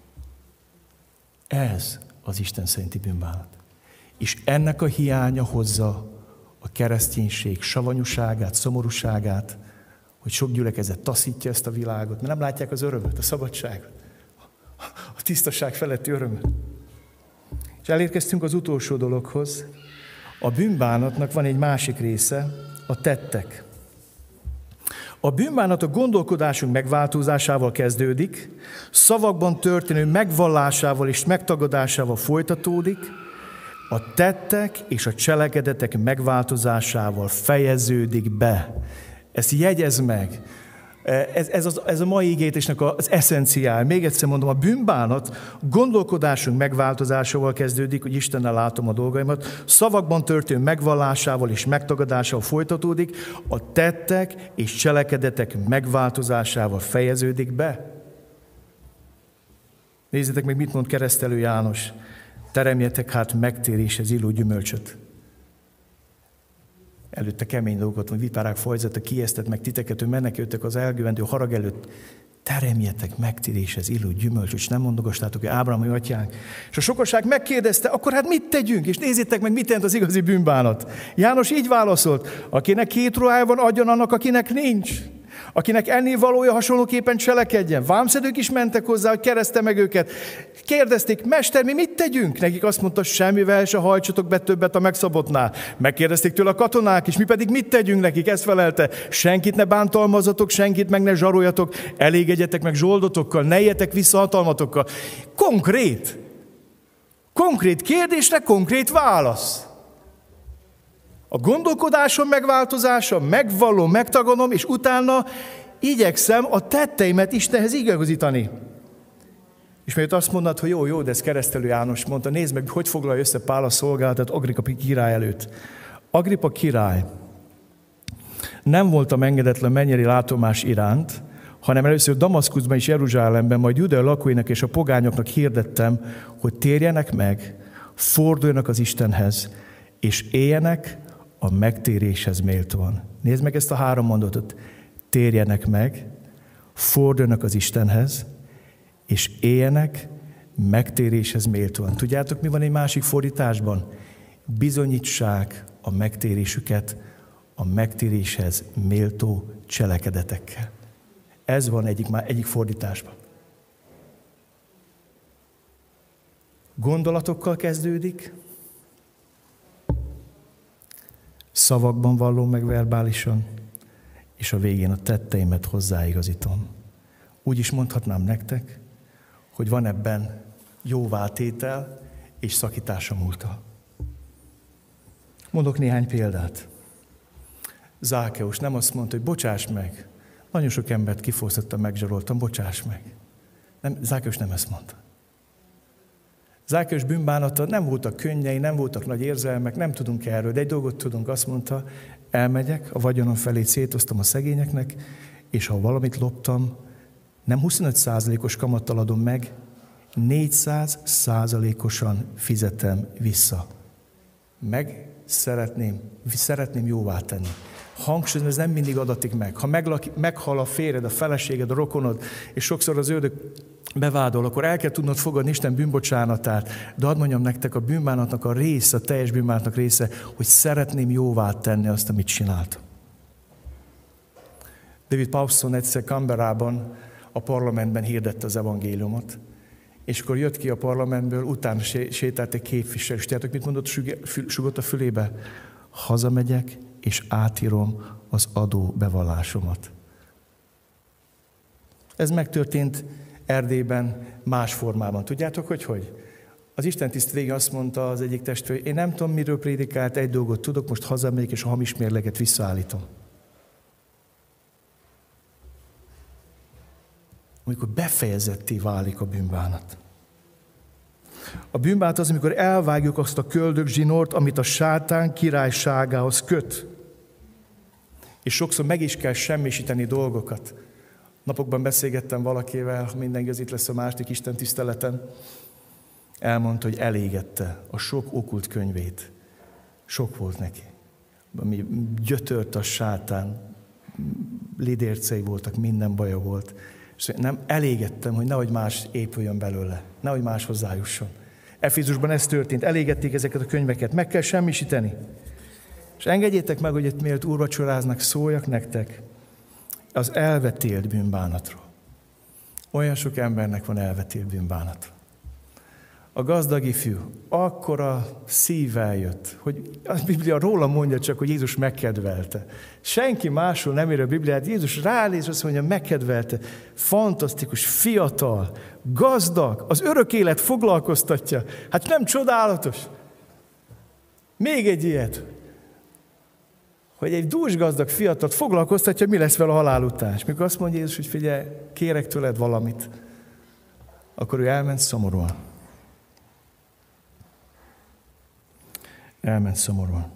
Ez az Isten szerinti bűnbánat. És ennek a hiánya hozza a kereszténység savanyúságát, szomorúságát, hogy sok gyülekezet taszítja ezt a világot, mert nem látják az örömöt, a szabadságot, a tisztaság feletti örömöt. És elérkeztünk az utolsó dologhoz. A bűnbánatnak van egy másik része, a tettek. A bűnbánat a gondolkodásunk megváltozásával kezdődik, szavakban történő megvallásával és megtagadásával folytatódik, a tettek és a cselekedetek megváltozásával fejeződik be. Ezt jegyezd meg. Ez a mai ígéretésnek az eszenciája. Még egyszer mondom, a bűnbánat gondolkodásunk megváltozásával kezdődik, hogy Istennel látom a dolgaimat, szavakban történő megvallásával és megtagadásával folytatódik, a tettek és cselekedetek megváltozásával fejeződik be. Nézzétek meg, mit mond Keresztelő János. Teremjetek hát megtéréshez illő gyümölcsöt. Előtte kemény dolgot, hogy vipárák fajzata kijesztett meg titeket, hogy menekültek az elgövendő harag előtt. Teremjetek megtéréshez illő gyümölcsöt, és nem mondogastátok, hogy Ábrahám, hogy atyánk. És a sokaság megkérdezte, akkor hát mit tegyünk? És nézzétek meg, mit jelent az igazi bűnbánat. János így válaszolt, akinek 2 ruhája van, adjon annak, akinek nincs. Akinek ennél valója hasonlóképpen cselekedjen. Vámszedők is mentek hozzá, hogy kereszte meg őket. Kérdezték, mester, mi mit tegyünk? Nekik azt mondta, semmivel se hajtsatok be többet a megszabottnál. Megkérdezték tőle a katonák is, mi pedig mit tegyünk nekik? Ezt felelte, senkit ne bántalmazzatok, senkit meg ne zsaroljatok, elégedjetek meg zsoldotokkal, ne éljetek vissza hatalmatokkal. Konkrét kérdésre konkrét válasz. A gondolkodásom megváltozása, megvallom, megtagadom, és utána igyekszem a tetteimet Istenhez igazítani. És mert azt mondod, hogy jó, de ez Keresztelő János mondta, nézd meg, hogy foglalja össze Pál a szolgálatot Agrippa király előtt. Agrippa király nem voltam engedetlen mennyei látomás iránt, hanem először Damaszkuszban és Jeruzsálemben, majd Judea lakóinak és a pogányoknak hirdettem, hogy térjenek meg, forduljanak az Istenhez, és éljenek a megtéréshez méltóan. Nézd meg ezt a 3 mondatot. Térjenek meg, forduljanak az Istenhez, és éljenek megtéréshez méltóan. Tudjátok, mi van egy másik fordításban? Bizonyítsák a megtérésüket a megtéréshez méltó cselekedetekkel. Ez van egyik fordításban. Gondolatokkal kezdődik, szavakban vallom meg verbálisan, és a végén a tetteimet hozzáigazítom. Úgy is mondhatnám nektek, hogy van ebben jóvátétel és szakítás a múlttal. Mondok néhány példát. Zákeus nem azt mondta, hogy bocsáss meg. Nagyon sok embert kifosztottam, megzsaroltam, bocsáss meg. Zákeus nem ezt mondta. Zákeus bűnbánata nem voltak könnyei, nem voltak nagy érzelmek, nem tudunk erről, de egy dolgot tudunk, azt mondta, elmegyek, a vagyonom felét szétoztam a szegényeknek, és ha valamit loptam, nem 25%-os kamattal adom meg, 400%-osan fizetem vissza. Szeretném jóvá tenni. Hangsúlyozom, ez nem mindig adatik meg. Ha meghal a férjed, a feleséged, a rokonod, és sokszor az ördög bevádol, akkor el kell tudnod fogadni Isten bűnbocsánatát. De hadd mondjam nektek, a bűnbánatnak a része, a teljes bűnbánatnak része, hogy szeretném jóvá tenni azt, amit csináltam. David Pawson egyszer Canberrában a parlamentben hirdette az evangéliumot, és akkor jött ki a parlamentből, utána sétált egy képviselő, és tudjátok, mit mondott, sugott a fülébe? Hazamegyek, és átírom az adóbevallásomat. Ez megtörtént Erdélyben más formában. Tudjátok, hogy? Az istentiszt végén azt mondta az egyik testvér, én nem tudom, miről prédikált, egy dolgot tudok, most hazamegyek, és a hamis mérleget visszaállítom. Amikor befejezetté válik a bűnbánat. A bűnbánat az, amikor elvágjuk azt a köldögzsinort, amit a sátán királyságához köt. És sokszor meg is kell semmisíteni dolgokat. Napokban beszélgettem valakivel, minden igaz, itt lesz a második Isten tiszteleten. Elmondta, hogy elégette a sok okkult könyvét. Sok volt neki. Ami gyötört a sátán, lidércei voltak, minden baja volt. És nem elégettem, hogy nehogy más épüljön belőle, nehogy más hozzájusson. Efézusban ez történt, elégették ezeket a könyveket, meg kell semmisíteni. És engedjétek meg, hogy itt mielőtt úrvacsoráznak, szóljak nektek az elvetélt bűnbánatról. Olyan sok embernek van elvetélt bűnbánat. A gazdag ifjú akkora szívvel jött, hogy a Biblia róla mondja csak, hogy Jézus megkedvelte. Senki másról nem ír a Bibliát, Jézus ránéz, azt mondja, megkedvelte. Fantasztikus, fiatal, gazdag, az örök élet foglalkoztatja. Hát nem csodálatos? Még egy ilyet. hogy egy dúsgazdag fiatalt foglalkoztatja, mi lesz vele a halál után. És mikor azt mondja Jézus, hogy figyelj, kérek tőled valamit, akkor ő elment szomorúan. Elment szomorúan.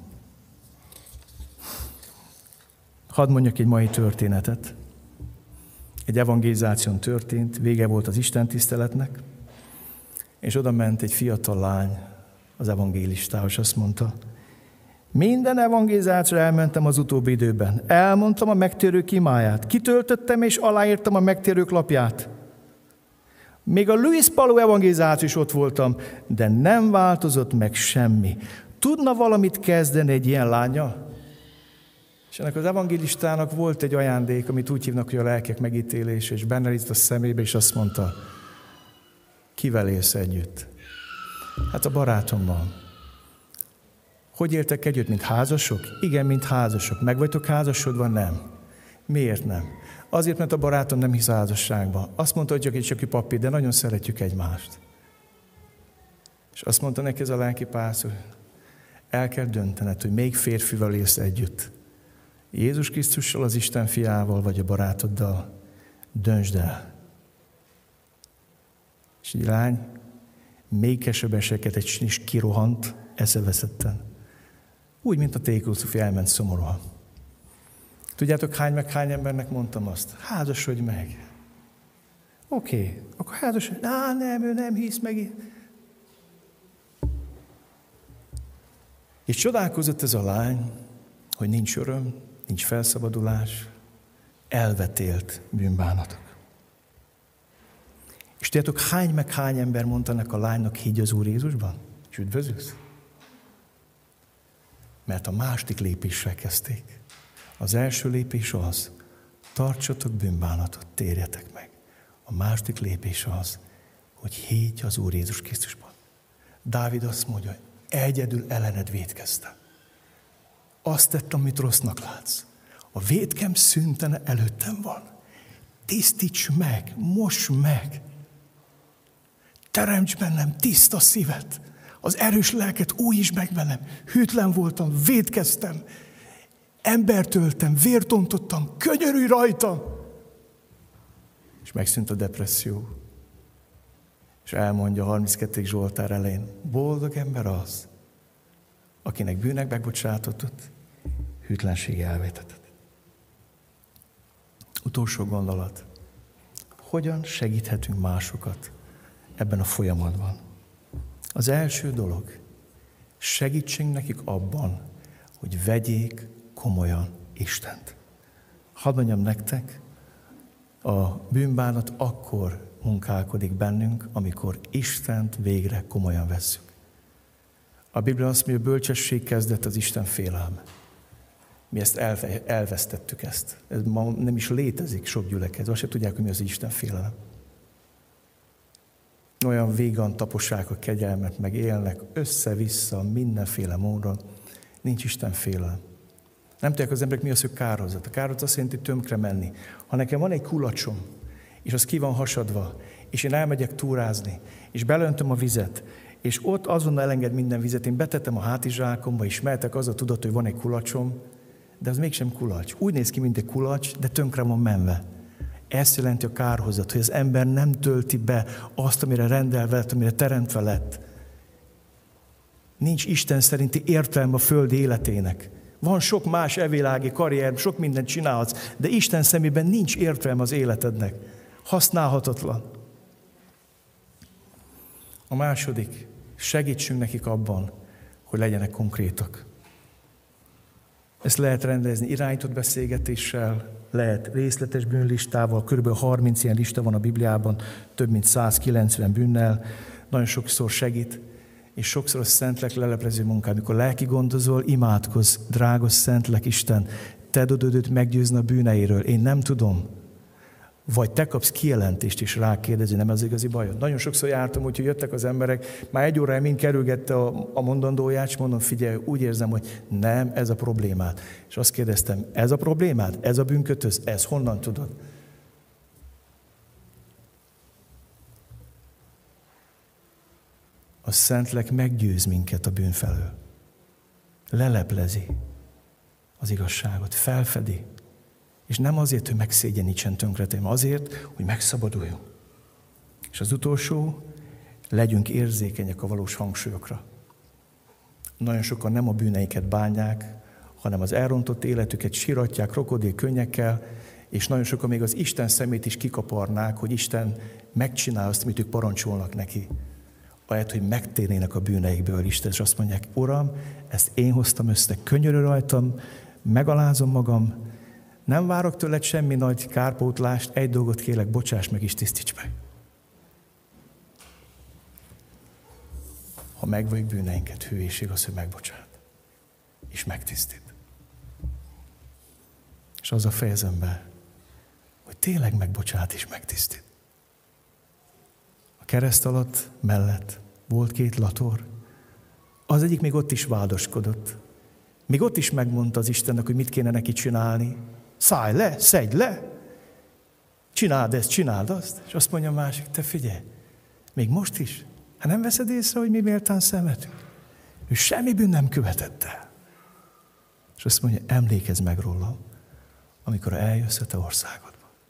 Hadd mondjak egy mai történetet. Egy evangelizáción történt, vége volt az istentiszteletnek, és oda ment egy fiatal lány az evangélistához, és azt mondta, minden evangelizációra elmentem az utóbbi időben. Elmondtam a megtérők imáját, kitöltöttem és aláírtam a megtérők lapját. Még a Luis Palau evangelizáció is ott voltam, de nem változott meg semmi. Tudna valamit kezdeni egy ilyen lánnyal? És ennek az evangélistának volt egy ajándék, amit úgy hívnak, hogy a lelkek megítélése, és benne nézett a szemébe, és azt mondta, kivel élsz együtt? Hát a barátommal. Hogy éltek együtt, mint házasok? Igen, mint házasok. Meg vagytok házasodva? Nem. Miért nem? Azért, mert a barátom nem hisz házasságba. Azt mondta, hogy csak egy papír, de nagyon szeretjük egymást. És azt mondta neki ez a lelkipásztor, el kell döntened, hogy melyik férfival élsz együtt. Jézus Krisztussal, az Isten fiával, vagy a barátoddal. Döntsd el. És egy lány mélykesebbeseket egy is kirohant, eszeveszetten. Úgy, mint a Tékószufi elment szomorúan. Tudjátok, hány embernek mondtam azt? Házasodj meg. Oké, akkor házasodj. Nem, ő nem hisz meg. És csodálkozott ez a lány, hogy nincs öröm, nincs felszabadulás, elvetélt bűnbánatok. És tudjátok, hány ember mondta ennek a lánynak, higgy az Úr Jézusban? És üdvözülsz? Mert a második lépésre kezdték. Az első lépés az, tartsatok bűnbánatot, térjetek meg. A második lépés az, hogy higgy az Úr Jézus Krisztusban. Dávid azt mondja, hogy egyedül ellened vétkeztem. Azt tettem, amit rossznak látsz. A vétkem szüntene előttem van. Tisztíts meg, moss meg. Teremts bennem tiszta szívet. Az erős lelket újítsd meg bennem. Hűtlen voltam, vétkeztem, embert öltem, vért ontottam, könyörülj rajtam. És megszűnt a depresszió. És elmondja a 32. Zsoltár elején, boldog ember az, akinek bűnek megbocsátatott, hűtlenség elvétetett. Utolsó gondolat. Hogyan segíthetünk másokat ebben a folyamatban? Az első dolog, segítsünk nekik abban, hogy vegyék komolyan Istent. Hadd mondjam nektek, a bűnbánat akkor munkálkodik bennünk, amikor Istent végre komolyan vesszük. A Biblia azt mondja, hogy a bölcsesség kezdett az Isten félelme. Mi ezt elvesztettük ezt. Ez ma nem is létezik sok gyülekezet. Azt se tudják, hogy mi az Isten félelem. Olyan végan tapossák a kegyelmet, meg élnek össze-vissza mindenféle módon. Nincs Isten félelem. Nem tudják az emberek, mi az, hogy kárhozat. A kárhozat azt jelenti tönkre menni. Ha nekem van egy kulacsom, és az ki van hasadva, és én elmegyek túrázni, és belöntöm a vizet, és ott azonnal elenged minden vizet, én betettem a hátizsákomba, és mehetek az a tudat, hogy van egy kulacsom, de az mégsem kulacs. Úgy néz ki, mint egy kulacs, de tönkre van menve. Ezt jelenti a kárhozat, hogy az ember nem tölti be azt, amire rendelve lett, amire teremtve lett. Nincs Isten szerinti értelme a föld életének. Van sok más evilági karrier, sok mindent csinálhatsz, de Isten szemében nincs értelme az életednek. Használhatatlan. A második, segítsünk nekik abban, hogy legyenek konkrétak. Ezt lehet rendezni irányított beszélgetéssel, lehet részletes bűnlistával, kb. 30 ilyen lista van a Bibliában, több mint 190 bűnnel, nagyon sokszor segít, és sokszor a Szentlélek leleplező munkám, amikor lelki gondozol, imádkozz, drága Szentlélek Isten, te tudod őt meggyőzni a bűneiről, én nem tudom. Vagy te kapsz kijelentést is rákérdezi, nem ez igazi bajod? Nagyon sokszor jártam, úgyhogy jöttek az emberek, már egy órája mind kerülgette a mondandóját, és mondom, figyelj, úgy érzem, hogy nem, ez a problémád. És azt kérdeztem, ez a problémád? Ez a bűnkötöz? Ez honnan tudod? A Szentlélek meggyőz minket a bűn felől. Leleplezi. az igazságot, felfedi. És nem azért, hogy megszégyenítsen tönkretenni, azért, hogy megszabaduljunk. És az utolsó, legyünk érzékenyek a valós hangsúlyokra. Nagyon sokan nem a bűneiket bánják, hanem az elrontott életüket siratják krokodil könnyekkel, és nagyon sokan még az Isten szemét is kikaparnák, hogy Isten megcsinál azt, amit ők parancsolnak neki. Ahelyett, hogy megtérnének a bűneikből Isten, és azt mondják, Uram, ezt én hoztam össze, könyörülj rajtam, megalázom magam, nem várok tőled semmi nagy kárpótlást, egy dolgot kérlek, bocsáss meg és tisztíts meg. Ha megvalljuk bűneinket, hűség az, hogy megbocsát, és megtisztít. És az a fejezem be, hogy tényleg megbocsát és megtisztít. A kereszt alatt mellett volt 2 lator. Az egyik még ott is vádaskodott. Még ott is megmondta az Istennek, hogy mit kéne neki csinálni. Szállj le, szedj le, csináld ezt, csináld azt. És azt mondja a másik, te figyelj, még most is, hát nem veszed észre, hogy mi méltán szenvedünk? Ő semmi bűn nem követett el. És azt mondja, emlékezz meg rólam, amikor eljössz a te országodba.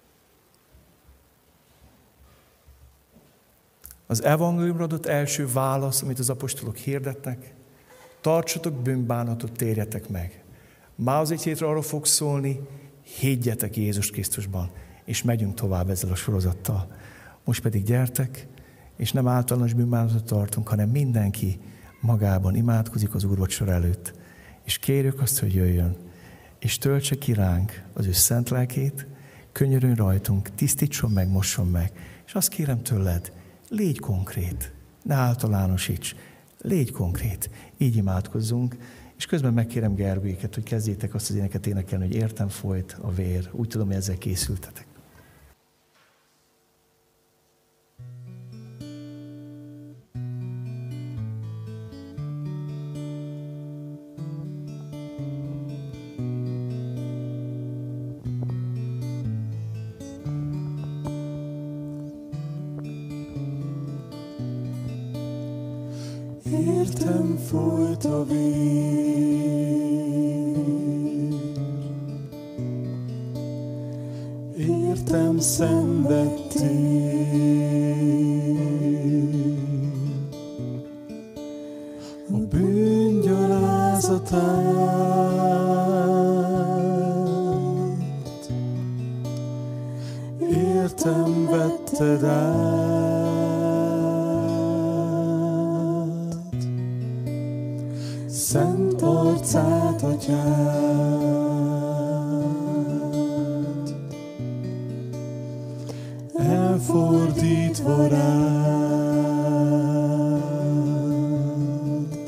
Az evangéliumra adott első válasz, amit az apostolok hirdetnek, tartsatok bűnbánatot, térjetek meg. Már az egy hétre arról fog szólni, higgyetek Jézus Krisztusban, és megyünk tovább ezzel a sorozattal. Most pedig gyertek, és nem általános bűnbánatot tartunk, hanem mindenki magában imádkozik az úrvacsora előtt, és kérjük azt, hogy jöjjön, és töltse ki ránk az ő szent lelkét, könyörülj rajtunk, tisztítson meg, mosson meg, és azt kérem tőled, légy konkrét, ne általánosíts, légy konkrét, így imádkozzunk, és közben megkérem Gergőiket, hogy kezdjétek azt az éneket énekelni, hogy értem folyt a vér. Úgy tudom, hogy ezzel készültetek. Értem folyt a vér, értem szenvedtél, a bűn gyalázatát, értem vetted át. Szent arcát, atyát, elfordítva rád,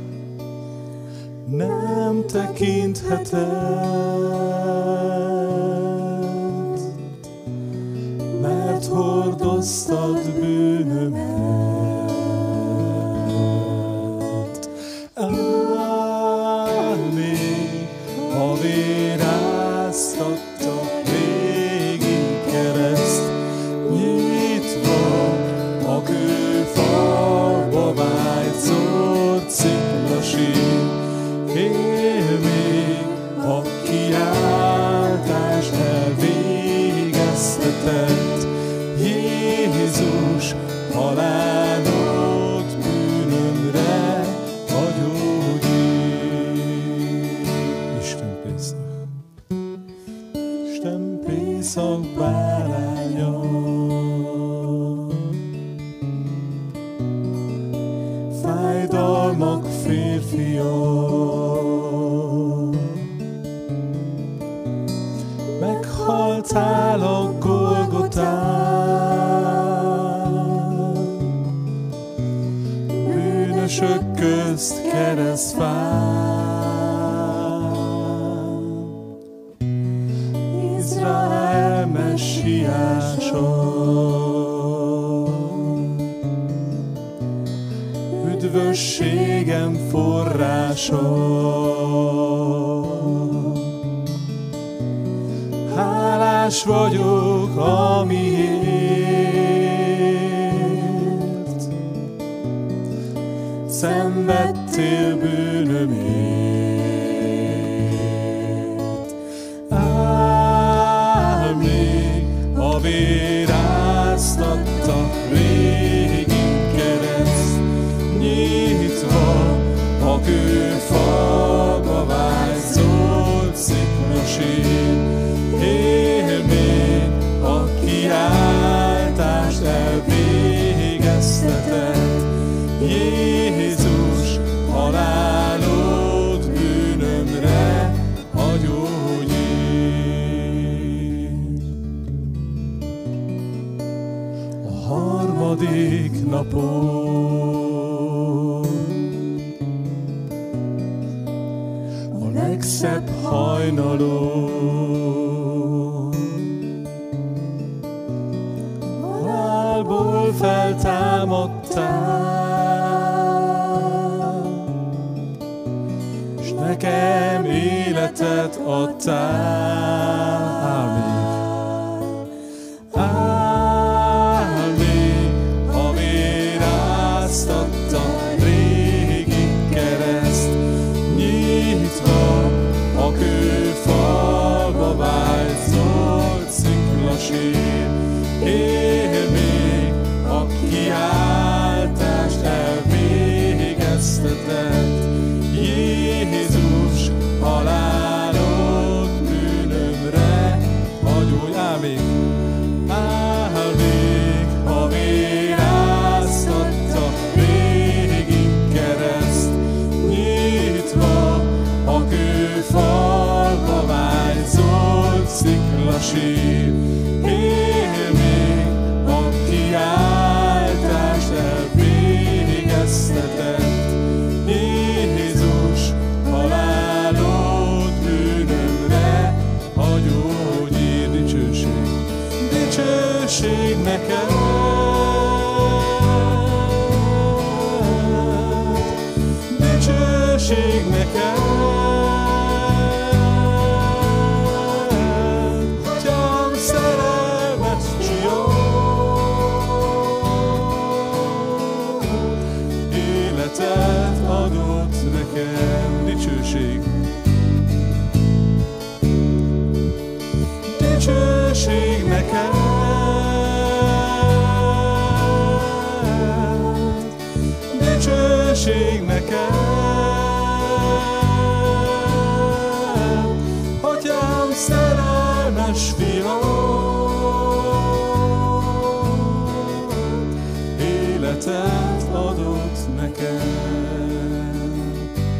nem tekintheted, mert hordoztad bűnömet. A vér áztatta végig kereszt, nyitva a kőfalba vágyzott sziklasír. Él még a kiáltás elvégeztetett, Jézus halálod bűnömre a gyógyír. Isten Pészak báránya, fájdalmak férfia, meghaltál a Golgotán, bűnösök közt keresztfán. Izrael messiása, üdvösségem forrása, hálás vagyok amiért, szenvedtél bűnömért. a kőfalba vágy zöld sziklasín. Él még a kiáltást elvégeztetett, Jézus, halálod bűnömre a gyógyír. A harmadik napon, a legszebb hajnalon, halálból feltámadtál, s nekem életet adtál. Áll még, ha véráztatta régi kereszt, nyitva a kőfalba vágy zöld sziklasír. Él még a kiáltást elvégeztetett, Jézus, halálod bűnömre a gyógy. Áll még, ha véráztatta régi kereszt, nyitva a kőfalba vágy zöld sziklasír. Él még a kiáltást elvégeztetett, Jézus, halálod bűnömre a gyógyír. Dicsőség, dicsőség neked, dicsőség neked, Atyám szerelmes Sion, életet adott nekem. Dicsőség, dicsőség neked, dicsőség neked, Atyám szerelmes fiam, életet adott nekem.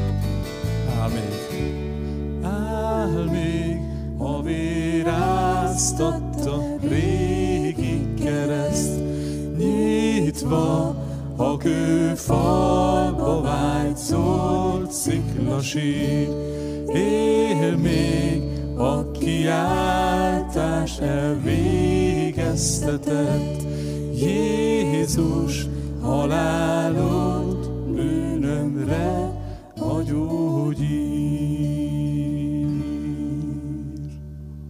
Áll még, a véráztatta régi kereszt, nyitva a kőfalba vágy zöld sziklasír. Él még a kiáltást elvégeztetett, Jézus, halálod bűnömre a gyógyír.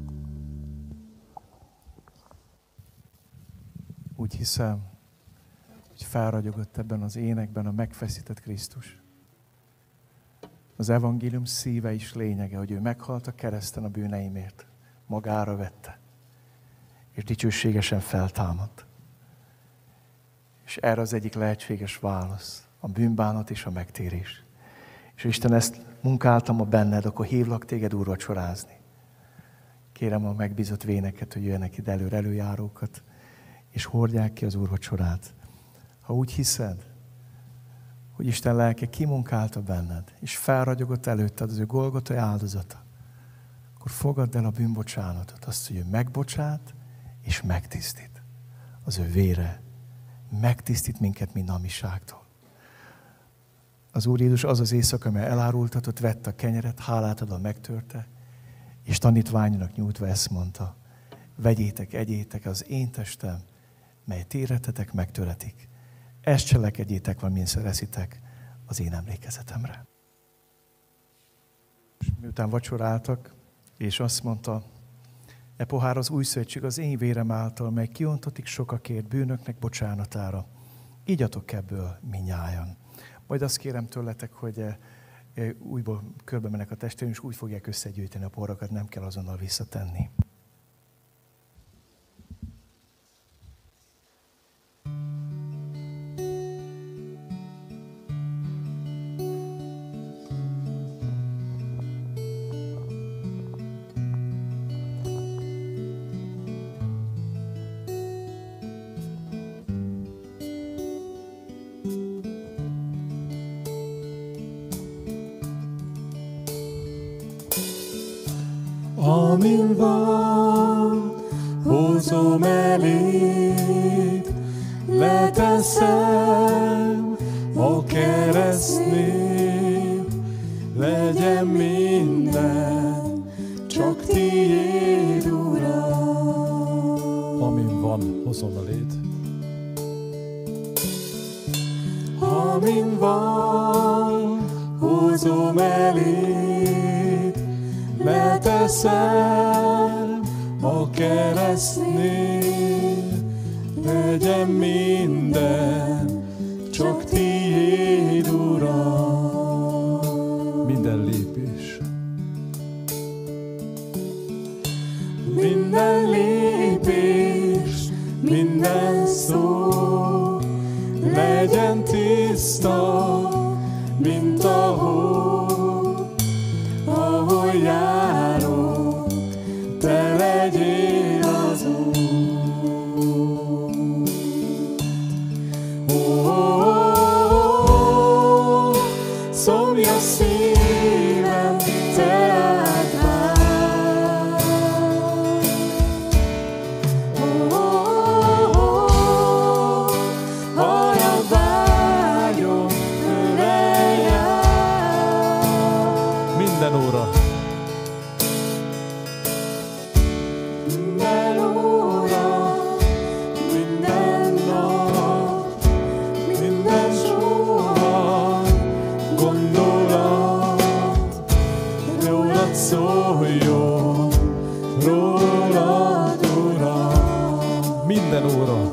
Úgy hiszem, hogy felragyogott ebben az énekben a megfeszített Krisztus. Az evangélium szíve is lényege, hogy ő meghalt a kereszten a bűneimért, magára vette, és dicsőségesen feltámadt. És erre az egyik lehetséges válasz, a bűnbánat és a megtérés. És Isten, ezt munkáltam a benned, akkor hívlak téged úrvacsorázni. Kérem a megbízott véneket, hogy jöjjenek ide előjárókat, és hordják ki az úrvacsorát. Ha úgy hiszed, hogy Isten lelke kimunkálta benned, és felragyogott előtted az ő Golgotai áldozata, akkor fogadd el a bűnbocsánatot, azt, hogy ő megbocsát és megtisztít. Az ő vére megtisztít minket minden hamiságtól. Az Úr Jézus az az éjszaka, mely elárultatott, vette a kenyeret, hálát adva megtörte, és tanítványának nyújtva ezt mondta: vegyétek, egyétek, az én testem, mely téretetek megtöretik. Ezt cselekedjétek, valamint eszitek az én emlékezetemre. És miután vacsoráltak, és azt mondta: e pohár az új szövetség az én vérem által, mely kiontatik sokakért bűnöknek bocsánatára. Igyatok ebből minnyájan. Majd azt kérem tőletek, hogy újból körbe mennek a testvérünk, és úgy fogják összegyűjteni a poharakat, nem kell azonnal visszatenni. amin van, hozom eléd, leteszem a keresztnél, legyen minden csak tiéd, Uram. Amin van, hozom eléd. Amin van, hozom eléd, leteszem a keresztnél, legyen minden csak tiéd, Uram. Minden lépés. Minden lépés, minden szó, legyen tiszta, mint a hó, ahol járok, te legyél az út. Szomjas szívem, te rád vár. Arra vágyom, ölelj át. Minden óra. Minden óra, minden nap, minden soha, gondolat, rólad szóljon, rólad, Uram. Minden óra.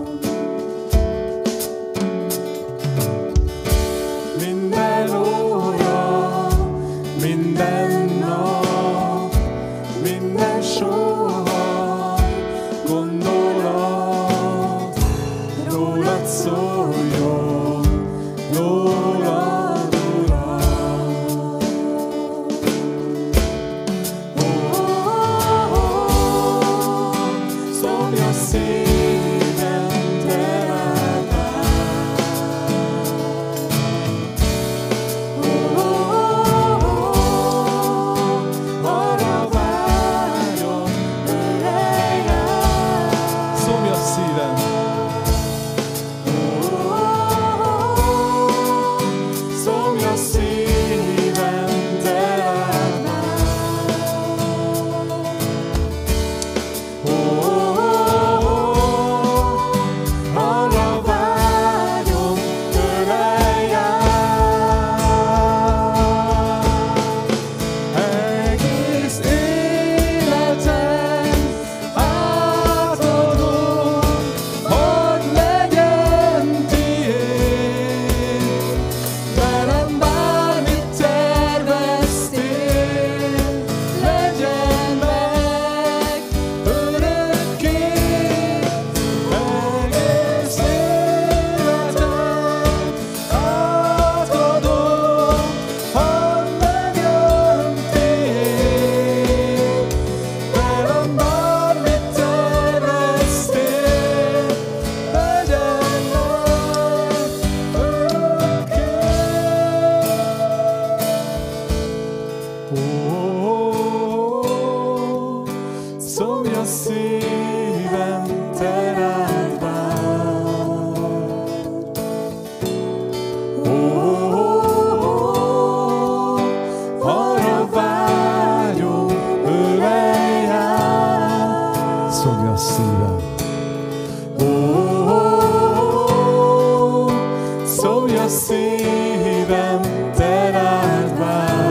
Minden óra, minden nap, minden soha, gondolat, rólad szóljon, rólad, Uram. Szomjas szívem, te rád vár. Arra vágyom, ölelj át. Szomjas szívem. Szomjas szívem, te rád vár. Arra vágyom, ölelj át. Egész életem átadom, hadd legyen tiéd. Velem bármit terveztél, legyen meg örökké. Egész életem átadom, hadd legyen tiéd. Velem bármit terveztél, legyen meg örökké. Szomjas szívem, te rád vár. Arra vágyom, ölelj át. Szomjas szívem. Szomjas szívem, te rád vár.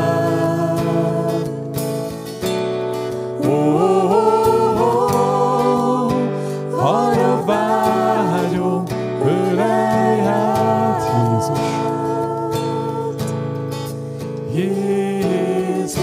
Arra vágyom, ölelj át. Jézus.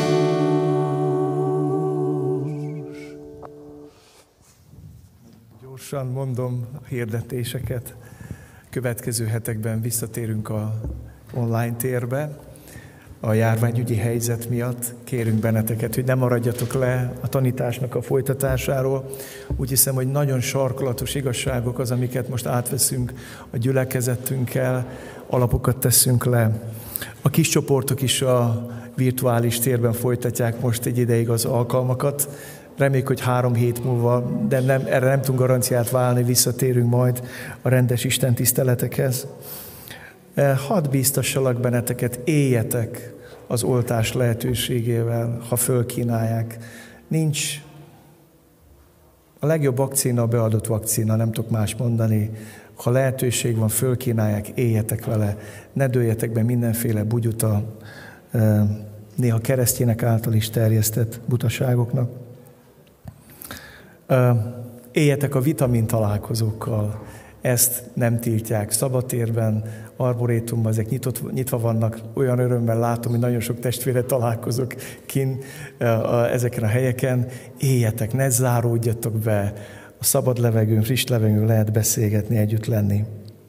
Gyorsan mondom a hirdetéseket. Következő hetekben visszatérünk a online térbe. A járványügyi helyzet miatt kérünk benneteket, hogy ne maradjatok le a tanításnak a folytatásáról. Úgy hiszem, hogy nagyon sarkalatos igazságok az, amiket most átveszünk a gyülekezetünkkel, alapokat teszünk le. A kis csoportok is a virtuális térben folytatják most egy ideig az alkalmakat. Reméljük, hogy 3 hét múlva, de erre nem tudunk garanciát válni, visszatérünk majd a rendes Isten tiszteletekhez. Hadd bíztassalak benneteket, éljetek az oltás lehetőségével, ha fölkínálják. Nincs a legjobb vakcína a beadott vakcína, nem tudok más mondani. Ha lehetőség van, fölkínálják, éljetek vele, ne dőljetek be mindenféle bugyuta, néha keresztjének által is terjesztett butaságoknak. Éljetek a vitamin találkozókkal, ezt nem tiltják. Szabadtérben, arborétumban ezek nyitva vannak, olyan örömmel látom, hogy nagyon sok testvére találkozok kint ezeken a helyeken. Éljetek, ne záródjatok be, a szabad levegőn, friss levegőn lehet beszélgetni, együtt lenni.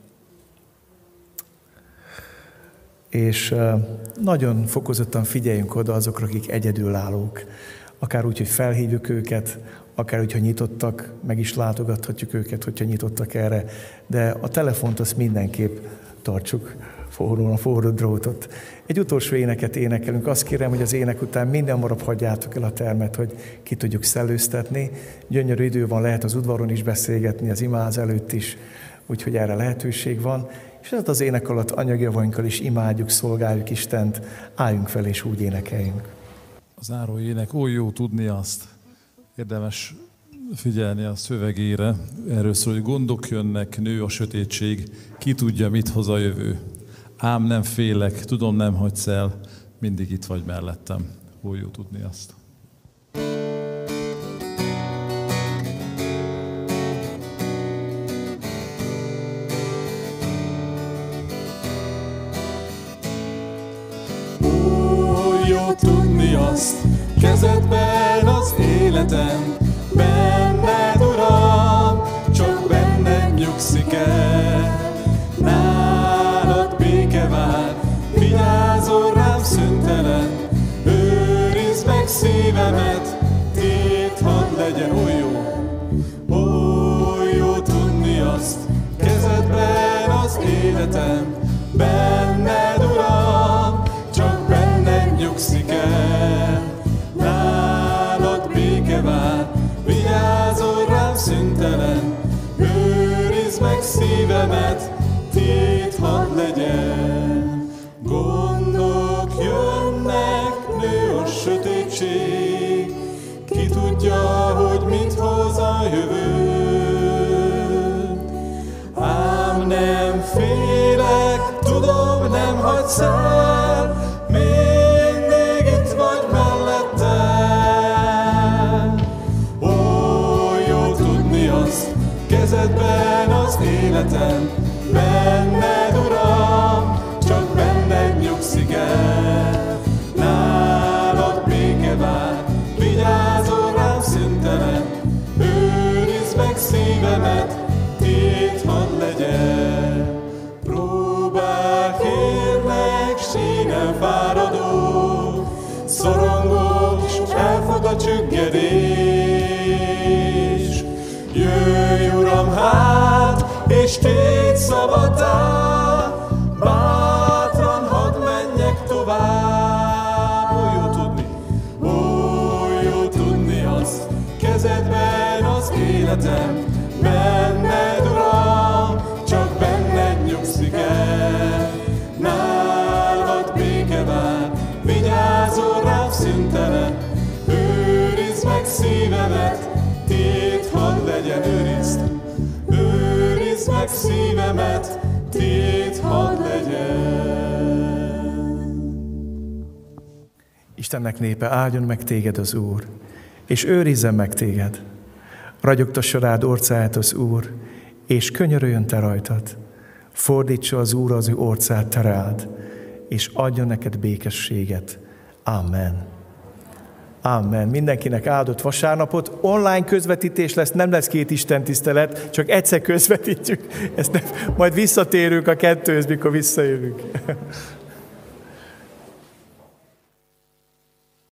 És nagyon fokozottan figyeljünk oda azokra, akik egyedülállók. Akár úgy, hogy felhívjuk őket, akár úgy, hogy nyitottak, meg is látogathatjuk őket, hogyha nyitottak erre. De a telefont azt mindenképp tartsuk forrón, a forró drótot. Egy utolsó éneket énekelünk. Azt kérem, hogy az ének után minden marad hagyjátok el a termet, hogy ki tudjuk szellőztetni. Gyönyörű idő van, lehet az udvaron is beszélgetni, az imáz előtt is, úgyhogy erre lehetőség van. És hát az ének alatt anyagjavainkkal is imádjuk, szolgáljuk Istent, álljunk fel és úgy énekeljünk. Az záró ének, oly jó tudni azt, érdemes figyelni a szövegére. Erről szól, hogy gondok jönnek, nő a sötétség, ki tudja, mit hoz a jövő. Ám nem félek, tudom, nem hagysz el, mindig itt vagy mellettem. Oly jó tudni azt. Oly jó tudni azt, kezedben az életem, benned, Uram, csak benned nyugszik el. Nálad béke vár, vigyázol rám szüntelen, őrizd meg szívemet, tiéd hadd legyen. Oly jó tudni azt, kezedben az életem, benned, Uram, csak benned nyugszik el. Nálad béke vár, vigyázol rám szüntelen, őrizd meg szívemet, tiéd hadd legyen. Gondok jönnek, nő a sötétség, ki tudja, hogy mit hoz a jövő. Ám nem félek, tudom, nem hagysz el, mindig itt vagy mellettem. Oly jó tudni azt, kezedben az életem, benned, Uram, csak benned nyugszik el. Nálad béke vár, vigyázol rám szüntelen, őrizd meg szívemet, tiéd hadd legyen. Próbák érnek, sínen fáradó, szorongok, s elfog a csüggedés. Jöjj, Uram, hát, és tégy szabaddá, bátran hadd menjek tovább. Oly jó tudni azt, kezedben az életem, benned, Uram, csak benned nyugszik el. Nálad béke vár, vigyázol rám szüntelen, őrizd meg szívemet, tiéd hadd legyen. Őrizd meg szívemet, tiéd hadd legyen. Istennek népe, áldjon meg téged az Úr, és őrizzen meg téged. Ragyogtassa rád orcáját az Úr, és könyörüljön te rajtad. Fordítsa az Úr az ő orcát te rád, és adjon neked békességet. Amen. Amen. Mindenkinek áldott vasárnapot. Online közvetítés lesz, nem lesz 2 istentisztelet, csak egyszer közvetítjük. Ezt nem, majd visszatérünk a 2-höz, mikor visszajövünk.